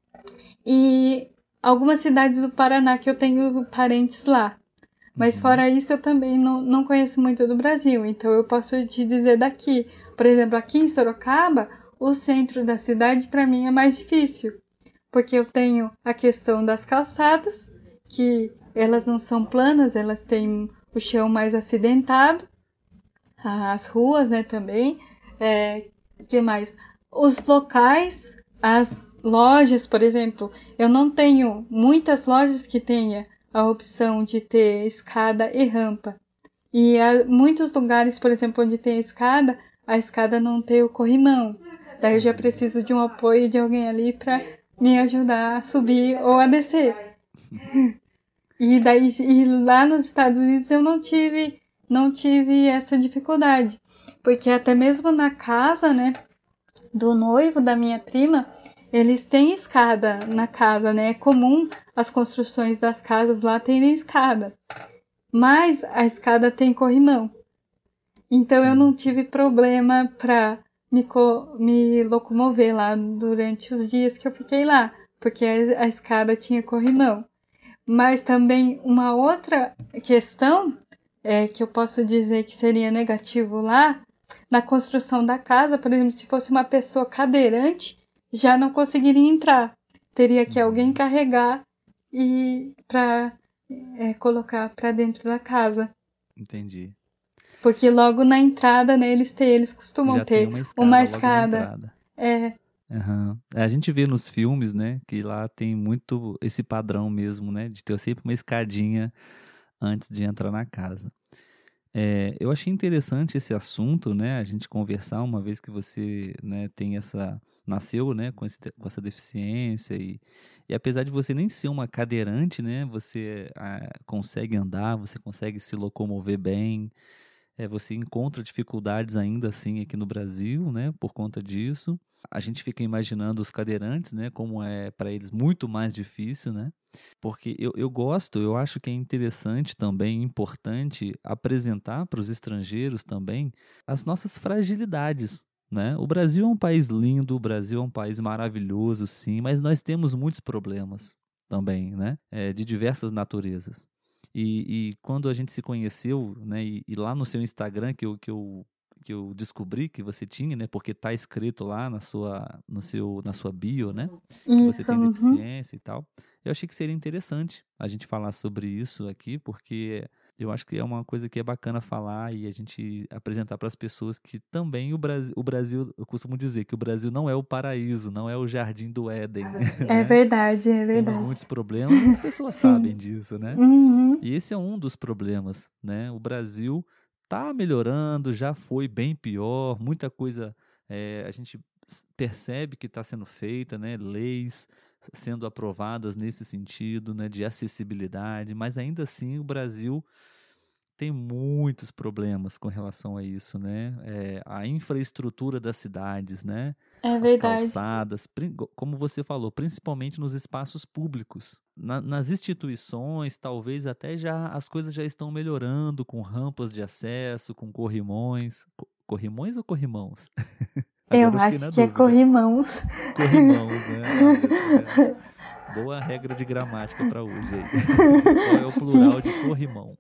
e algumas cidades do Paraná que eu tenho parentes lá. Mas fora isso, eu também não conheço muito do Brasil, então eu posso te dizer daqui. Por exemplo, aqui em Sorocaba, o centro da cidade para mim é mais difícil, porque eu tenho a questão das calçadas, que elas não são planas, elas têm o chão mais acidentado, as ruas, né, também. Que mais? Os locais, as lojas, por exemplo, eu não tenho muitas lojas que tenha a opção de ter escada e rampa. E há muitos lugares, por exemplo, onde tem a escada não tem o corrimão. Daí eu já preciso de um apoio de alguém ali para me ajudar a subir ou a descer. E lá nos Estados Unidos eu não tive essa dificuldade. Porque até mesmo na casa, né, do noivo da minha prima, eles têm escada na casa, né? É comum as construções das casas lá terem escada. Mas a escada tem corrimão. Então eu não tive problema para me locomover lá durante os dias que eu fiquei lá, porque a escada tinha corrimão. Mas também uma outra questão que eu posso dizer que seria negativo lá, na construção da casa, por exemplo, se fosse uma pessoa cadeirante já não conseguiria entrar. Teria que alguém carregar e para colocar para dentro da casa. Entendi. Porque logo na entrada, né, eles costumam Já tem ter uma uma escada logo na escada. entrada. É, Aham. A gente vê nos filmes, né, que lá tem muito esse padrão mesmo, né, de ter sempre uma escadinha antes de entrar na casa. Eu achei interessante esse assunto, né, a gente conversar uma vez que você, né, tem nasceu, né, com essa deficiência e apesar de você nem ser uma cadeirante, né, você consegue andar, você consegue se locomover bem, você encontra dificuldades ainda assim aqui no Brasil, né, por conta disso. A gente fica imaginando os cadeirantes, né, como é para eles muito mais difícil, né? Porque eu acho que é interessante também, importante apresentar para os estrangeiros também as nossas fragilidades, né? O Brasil é um país lindo, o Brasil é um país maravilhoso, sim, mas nós temos muitos problemas também, né? De diversas naturezas. E quando a gente se conheceu, né, e lá no seu Instagram que eu descobri que você tinha, né, porque tá escrito lá na sua bio, né, que você isso. tem Uhum. deficiência e tal. Eu achei que seria interessante a gente falar sobre isso aqui, porque eu acho que é uma coisa que é bacana falar e a gente apresentar para as pessoas que também o Brasil, eu costumo dizer que o Brasil não é o paraíso, não é o jardim do Éden, É né? verdade, é Temos verdade. muitos problemas, as pessoas Sim. sabem disso, né? Uhum. E esse é um dos problemas, né? O Brasil está melhorando, já foi bem pior, muita coisa a gente percebe que está sendo feita, né? Leis sendo aprovadas nesse sentido, né? De acessibilidade, mas ainda assim o Brasil tem muitos problemas com relação a isso, né? A infraestrutura das cidades, né? É As verdade. calçadas, como você falou, principalmente nos espaços públicos. Nas instituições, talvez até já as coisas já estão melhorando com rampas de acesso, com corrimões. Corrimões ou corrimãos? Eu Agora eu fiquei acho na que é dúvida. corrimãos. Corrimãos, né? Boa regra de gramática para hoje aí. Qual é o Sim. plural de corrimão?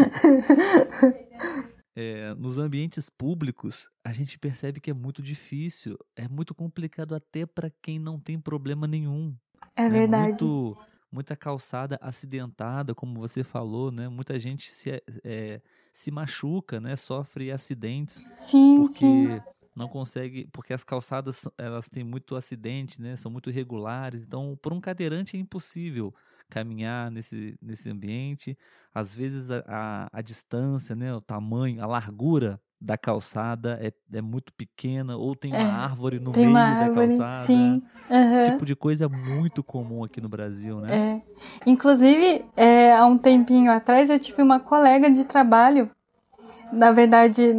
Nos ambientes públicos, a gente percebe que é muito difícil, é muito complicado até para quem não tem problema nenhum, É né? verdade. Muita calçada acidentada, como você falou, né? Muita gente se machuca, né? Sofre acidentes Sim, sim. porque não consegue, porque as calçadas elas têm muito acidente, né? São muito irregulares, então por um cadeirante é impossível caminhar nesse ambiente. Às vezes a distância, né? O tamanho, a largura da calçada é muito pequena, ou tem uma É. árvore no Tem uma meio da árvore, calçada. sim. Esse Aham. tipo de coisa é muito comum aqui no Brasil, né? É. Inclusive, há um tempinho atrás eu tive uma colega de trabalho, na verdade,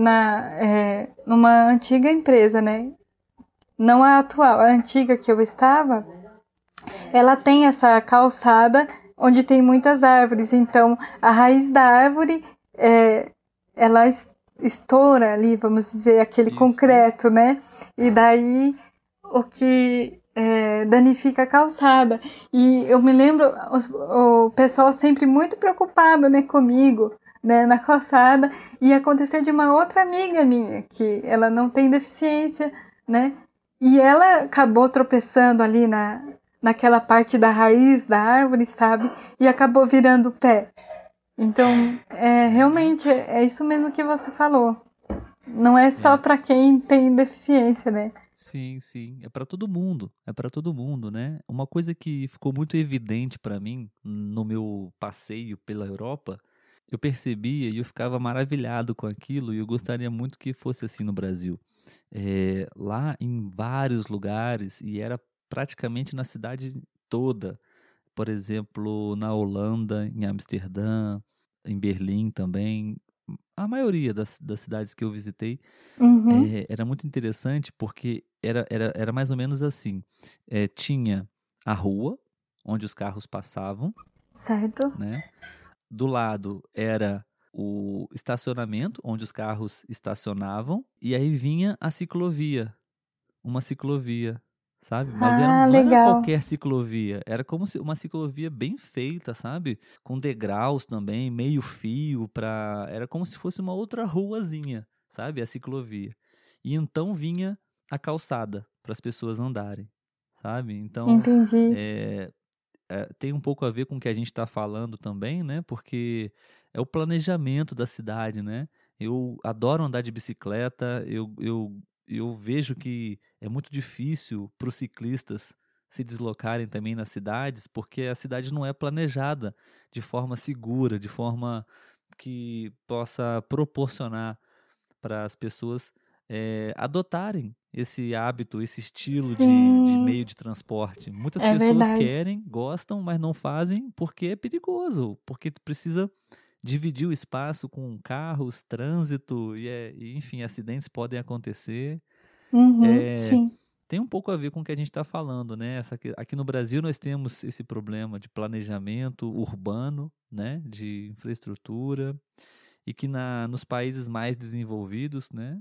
numa antiga empresa, né? Não a atual, a antiga que eu estava, ela tem essa calçada onde tem muitas árvores, então a raiz da árvore ela estoura ali, vamos dizer, aquele Isso. concreto, né? E daí o que danifica a calçada. E eu me lembro o pessoal sempre muito preocupado, né, comigo, né, na calçada. E aconteceu de uma outra amiga minha que ela não tem deficiência, né? E ela acabou tropeçando ali naquela parte da raiz da árvore, sabe? E acabou virando o pé. Então, É, né? realmente, é isso mesmo que você falou. Não é só É. para quem tem deficiência, né? Sim, sim, é para todo mundo, é para todo mundo, né? Uma coisa que ficou muito evidente para mim no meu passeio pela Europa, eu percebia e eu ficava maravilhado com aquilo e eu gostaria muito que fosse assim no Brasil. Lá em vários lugares e era praticamente na cidade toda, por exemplo, na Holanda, em Amsterdã, em Berlim também, a maioria das cidades que eu visitei Uhum, era muito interessante porque era mais ou menos assim. Tinha a rua onde os carros passavam, certo. né? Do lado era o estacionamento onde os carros estacionavam e aí vinha a ciclovia, uma ciclovia, sabe? Mas Ah, não era legal. qualquer ciclovia, era como se uma ciclovia bem feita, sabe? Com degraus também, meio fio era como se fosse uma outra ruazinha, sabe? A ciclovia. E então vinha a calçada para as pessoas andarem. sabe? Então, Entendi. tem um pouco a ver com o que a gente está falando também, né? Porque é o planejamento da cidade, né? Eu adoro andar de bicicleta, eu vejo que é muito difícil para os ciclistas se deslocarem também nas cidades, porque a cidade não é planejada de forma segura, de forma que possa proporcionar para as pessoas adotarem esse hábito, esse estilo de Sim, meio de transporte. Muitas é pessoas verdade. querem, gostam, mas não fazem porque é perigoso, porque precisa dividir o espaço com carros, trânsito, e, enfim, acidentes podem acontecer. Uhum, É, sim. tem um pouco a ver com o que a gente está falando, né? Aqui no Brasil nós temos esse problema de planejamento urbano, né? De infraestrutura, e que nos países mais desenvolvidos, né,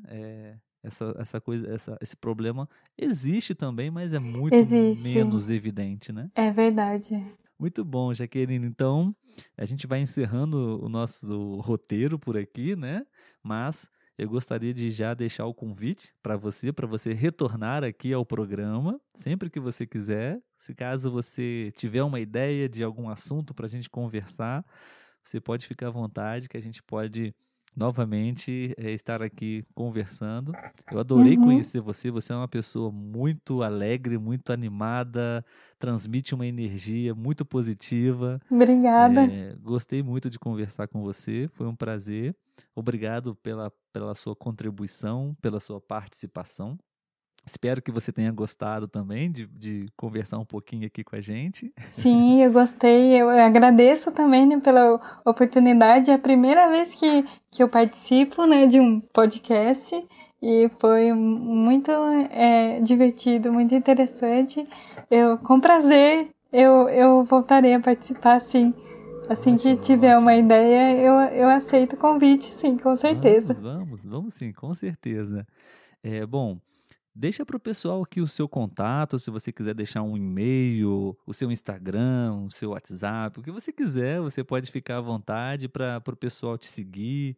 essa coisa, esse problema existe também, mas é muito Existe. menos evidente, né? É verdade. Muito bom, Jaqueline. Então, a gente vai encerrando o nosso roteiro por aqui, né? Mas eu gostaria de já deixar o convite para você retornar aqui ao programa, sempre que você quiser. Se caso você tiver uma ideia de algum assunto para a gente conversar, você pode ficar à vontade, que a gente pode novamente estar aqui conversando. Eu adorei Uhum. conhecer você. Você é uma pessoa muito alegre, muito animada, transmite uma energia muito positiva. Obrigada. Gostei muito de conversar com você, foi um prazer. Obrigado pela sua contribuição, pela sua participação. Espero que você tenha gostado também de conversar um pouquinho aqui com a gente. Sim, eu gostei. Eu agradeço também, né, pela oportunidade. É a primeira vez que eu participo, né, de um podcast e foi muito divertido, muito interessante. Com prazer, eu voltarei a participar, sim. Assim que Ótimo, tiver uma ótimo. ideia, eu aceito o convite, sim, com certeza. Vamos sim, com certeza. Bom, deixa para o pessoal aqui o seu contato, se você quiser deixar um e-mail, o seu Instagram, o seu WhatsApp, o que você quiser, você pode ficar à vontade para o pessoal te seguir.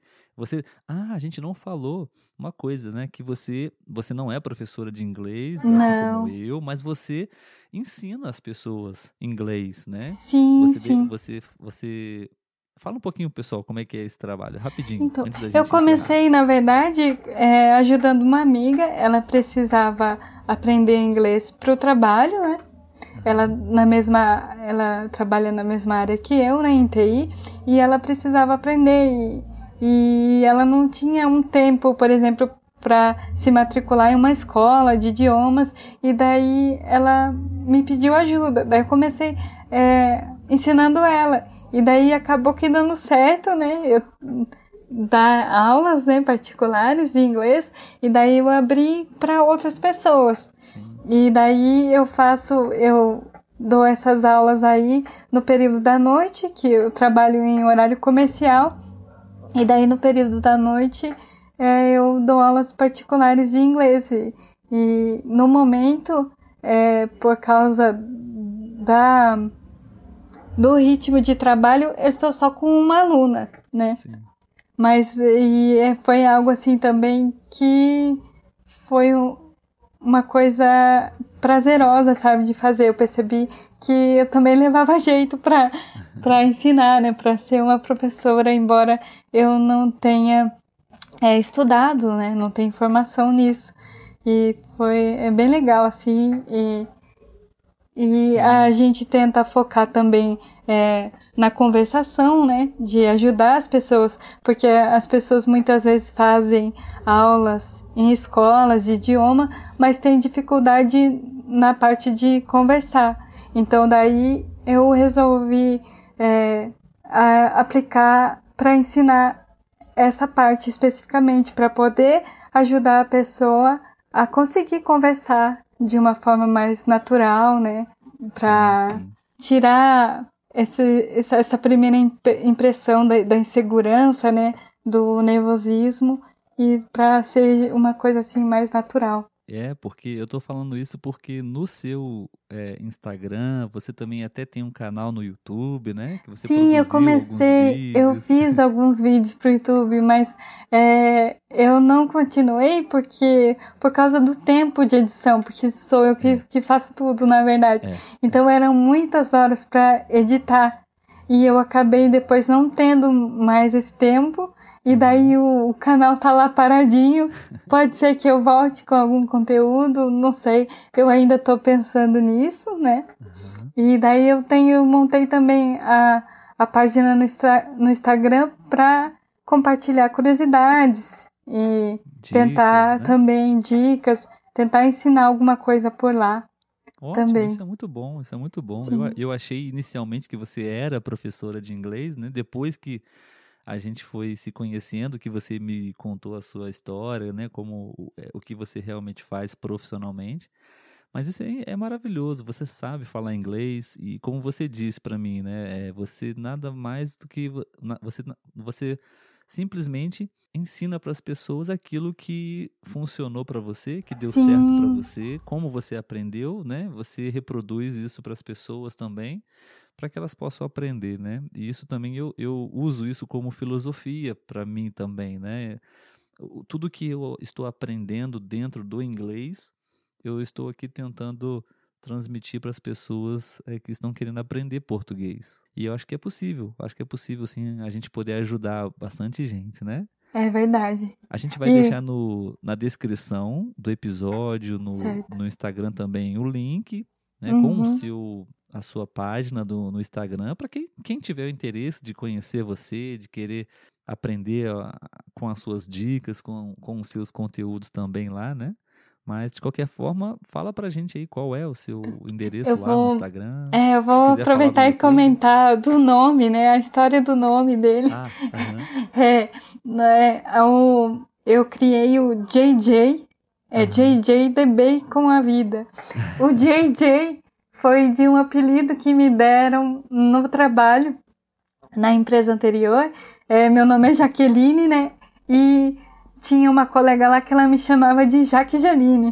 A gente não falou uma coisa, né? Que você não é professora de inglês, assim como Não, eu, mas você ensina as pessoas inglês, né? sim, Você, sim. você fala um pouquinho, pessoal, como é que é esse trabalho, rapidinho, Então, antes da eu gente encerrar. comecei, na verdade, ajudando uma amiga. Ela precisava aprender inglês para o trabalho, né? Aham, Ela trabalha na mesma área que eu, né, em TI, e ela precisava aprender e ela não tinha um tempo, por exemplo, para se matricular em uma escola de idiomas, e daí ela me pediu ajuda. Daí eu comecei ensinando ela, e daí acabou que dando certo, né? Eu dar aulas, né, particulares de inglês, e daí eu abri para outras pessoas. sim. E daí eu dou essas aulas aí no período da noite, que eu trabalho em horário comercial, e daí no período da noite eu dou aulas particulares de inglês. E no momento, por causa da, do ritmo de trabalho, eu estou só com uma aluna, né? Sim. Mas foi algo assim também que foi uma coisa prazerosa, sabe, de fazer. Eu percebi que eu também levava jeito para ensinar, né, para ser uma professora, embora eu não tenha estudado, né, não tenha informação nisso. E foi bem legal assim, e a Sim, gente tenta focar também na conversação, né? De ajudar as pessoas, porque as pessoas muitas vezes fazem aulas em escolas de idioma, mas têm dificuldade na parte de conversar. Então daí eu resolvi aplicar para ensinar essa parte especificamente, para poder ajudar a pessoa a conseguir conversar de uma forma mais natural, né? sim, Para sim. tirar essa primeira impressão da insegurança, né? Do nervosismo, e para ser uma coisa assim mais natural. Porque eu tô falando isso porque no seu Instagram, você também até tem um canal no YouTube, né? Que você Sim, produziu alguns eu vídeos. fiz alguns vídeos pro YouTube, mas eu não continuei por causa do tempo de edição, porque sou eu que faço tudo, na verdade. Então eram muitas horas para editar e eu acabei depois não tendo mais esse tempo e daí o canal tá lá paradinho. Pode ser que eu volte com algum conteúdo, não sei. Eu ainda tô pensando nisso, né? E daí eu montei também a página no Instagram para compartilhar curiosidades e Dicas, tentar né? também dicas, tentar ensinar alguma coisa por lá Ótimo, também. isso é muito bom, isso é muito bom. Sim, Eu achei inicialmente que você era professora de inglês, né? Depois que a gente foi se conhecendo, que você me contou a sua história, né? Como o que você realmente faz profissionalmente. Mas isso aí é maravilhoso, você sabe falar inglês e como você disse para mim, né? Você nada mais do que você simplesmente ensina para as pessoas aquilo que funcionou para você, que deu certo para sim, você, como você aprendeu, né? Você reproduz isso para as pessoas também, para que elas possam aprender, né? E isso também eu uso isso como filosofia para mim também, né? Tudo que eu estou aprendendo dentro do inglês, eu estou aqui tentando transmitir para as pessoas que estão querendo aprender português. E eu acho que é possível sim a gente poder ajudar bastante gente, né? é verdade. A gente vai E deixar na descrição do episódio, certo. no Instagram também, o link, né, com Uhum. a sua página no Instagram, para quem tiver o interesse de conhecer você, de querer aprender com as suas dicas, com os seus conteúdos também lá, né? Mas, de qualquer forma, fala pra gente aí qual é o seu Eu endereço lá no vou, Instagram. eu Se vou quiser falar do aproveitar e YouTube. comentar do nome, né? A história do nome dele. Ah, aham, É, né, eu criei o JJ, aham. JJ The Bacon a Vida. O JJ foi de um apelido que me deram no trabalho, na empresa anterior. Meu nome é Jaqueline, né? E tinha uma colega lá que ela me chamava de Jaque Janine.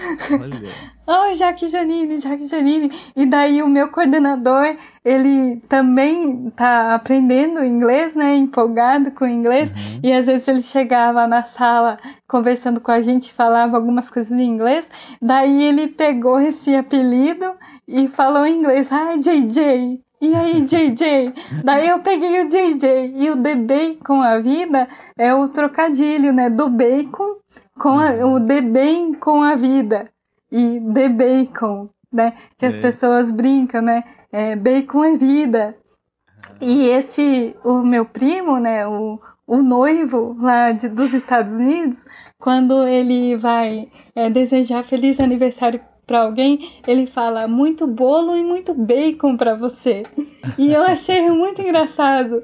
Olha. Oh, Jaque Janine, Jaque Janine. E daí o meu coordenador, ele também tá aprendendo inglês, né? Empolgado com o inglês. Aham. E às vezes ele chegava na sala conversando com a gente, falava algumas coisas em inglês. Daí ele pegou esse apelido e falou em inglês. Ah, JJ. E aí, JJ? Daí eu peguei o JJ. E o The Bacon, a vida, é o trocadilho, né? Do bacon com o Aham. The Bem com a vida e The Bacon, né? Que as É. pessoas brincam, né? Bacon é vida. Aham. E o meu primo, né? O noivo lá dos Estados Unidos, quando ele vai desejar feliz aniversário para alguém, ele fala muito bolo e muito bacon para você. E eu achei muito engraçado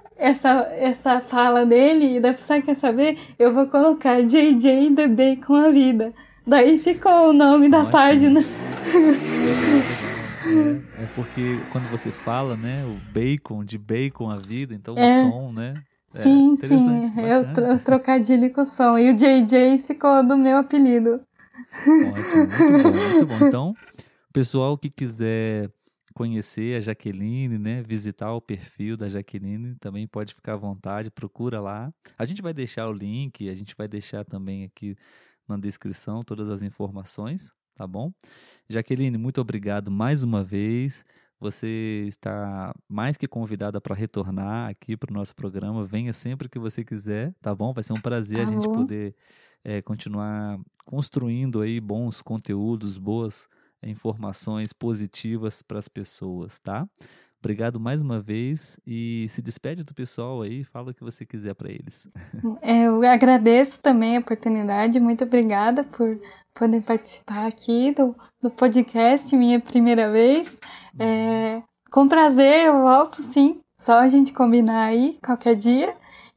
essa fala dele, e da pessoa quer saber, eu vou colocar JJ The Bacon a Vida. Daí ficou o nome da Ótimo. página. Legal, legal. É porque quando você fala, né, o bacon, de bacon a vida, então o É, som, né? É sim, interessante, sim, bacana. o trocadilho com o som. E o JJ ficou do meu apelido. Ótimo, muito bom, muito bom. Então, o pessoal que quiser conhecer a Jaqueline, né, visitar o perfil da Jaqueline, também pode ficar à vontade, procura lá. A gente vai deixar o link, a gente vai deixar também aqui na descrição todas as informações, tá bom? Jaqueline, muito obrigado mais uma vez. Você está mais que convidada para retornar aqui para o nosso programa. Venha sempre que você quiser, tá bom? Vai ser um prazer a Tá gente bom. poder continuar construindo aí bons conteúdos, boas informações positivas para as pessoas, tá? Obrigado mais uma vez e se despede do pessoal aí, fala o que você quiser para eles. Eu agradeço também a oportunidade, muito obrigada por poder participar aqui do podcast, minha primeira vez. Uhum. Com prazer, eu volto sim, só a gente combinar aí qualquer dia.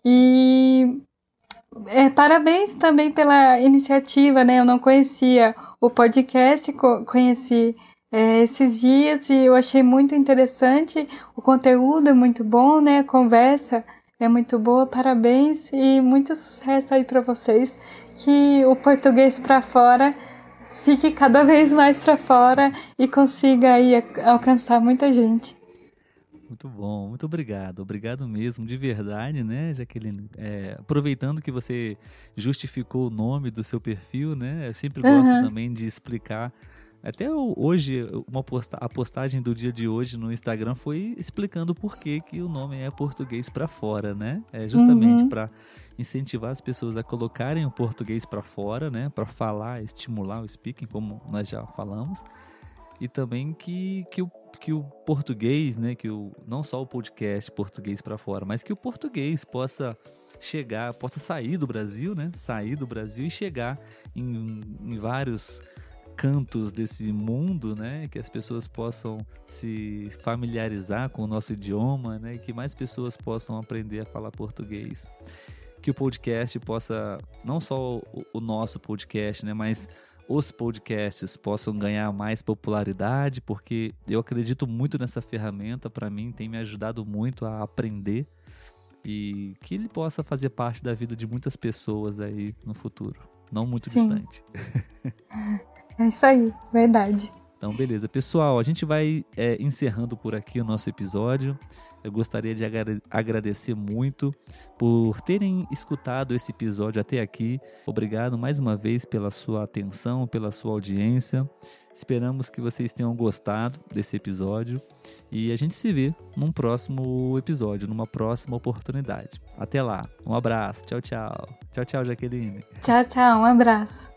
E parabéns também pela iniciativa, né? Eu não conhecia o podcast, conheci esses dias e eu achei muito interessante. O conteúdo é muito bom, né? A conversa é muito boa. Parabéns e muito sucesso aí para vocês. Que o português para fora fique cada vez mais para fora e consiga aí alcançar muita gente. Muito bom, muito obrigado. Obrigado mesmo, de verdade, né, Jaqueline? Aproveitando que você justificou o nome do seu perfil, né? Eu sempre gosto também de explicar. Até hoje, a postagem do dia de hoje no Instagram foi explicando por que o nome é Português para Fora, né? É justamente para incentivar as pessoas a colocarem o português para fora, né? Para falar, estimular o speaking, como nós já falamos. E também que o português, né, não só o podcast Português para Fora, mas que o português possa sair do Brasil, né, sair do Brasil e chegar em vários cantos desse mundo, né, que as pessoas possam se familiarizar com o nosso idioma, né, e que mais pessoas possam aprender a falar português. Que o podcast possa, não só o nosso podcast, né, mas os podcasts possam ganhar mais popularidade, porque eu acredito muito nessa ferramenta, para mim tem me ajudado muito a aprender e que ele possa fazer parte da vida de muitas pessoas aí no futuro, não muito distante. É isso aí, verdade. Então, beleza. Pessoal, a gente vai encerrando por aqui o nosso episódio. Eu gostaria de agradecer muito por terem escutado esse episódio até aqui. Obrigado mais uma vez pela sua atenção, pela sua audiência. Esperamos que vocês tenham gostado desse episódio e a gente se vê num próximo episódio, numa próxima oportunidade. Até lá. Um abraço. Tchau, tchau. Tchau, tchau, Jaqueline. Tchau, tchau. Um abraço.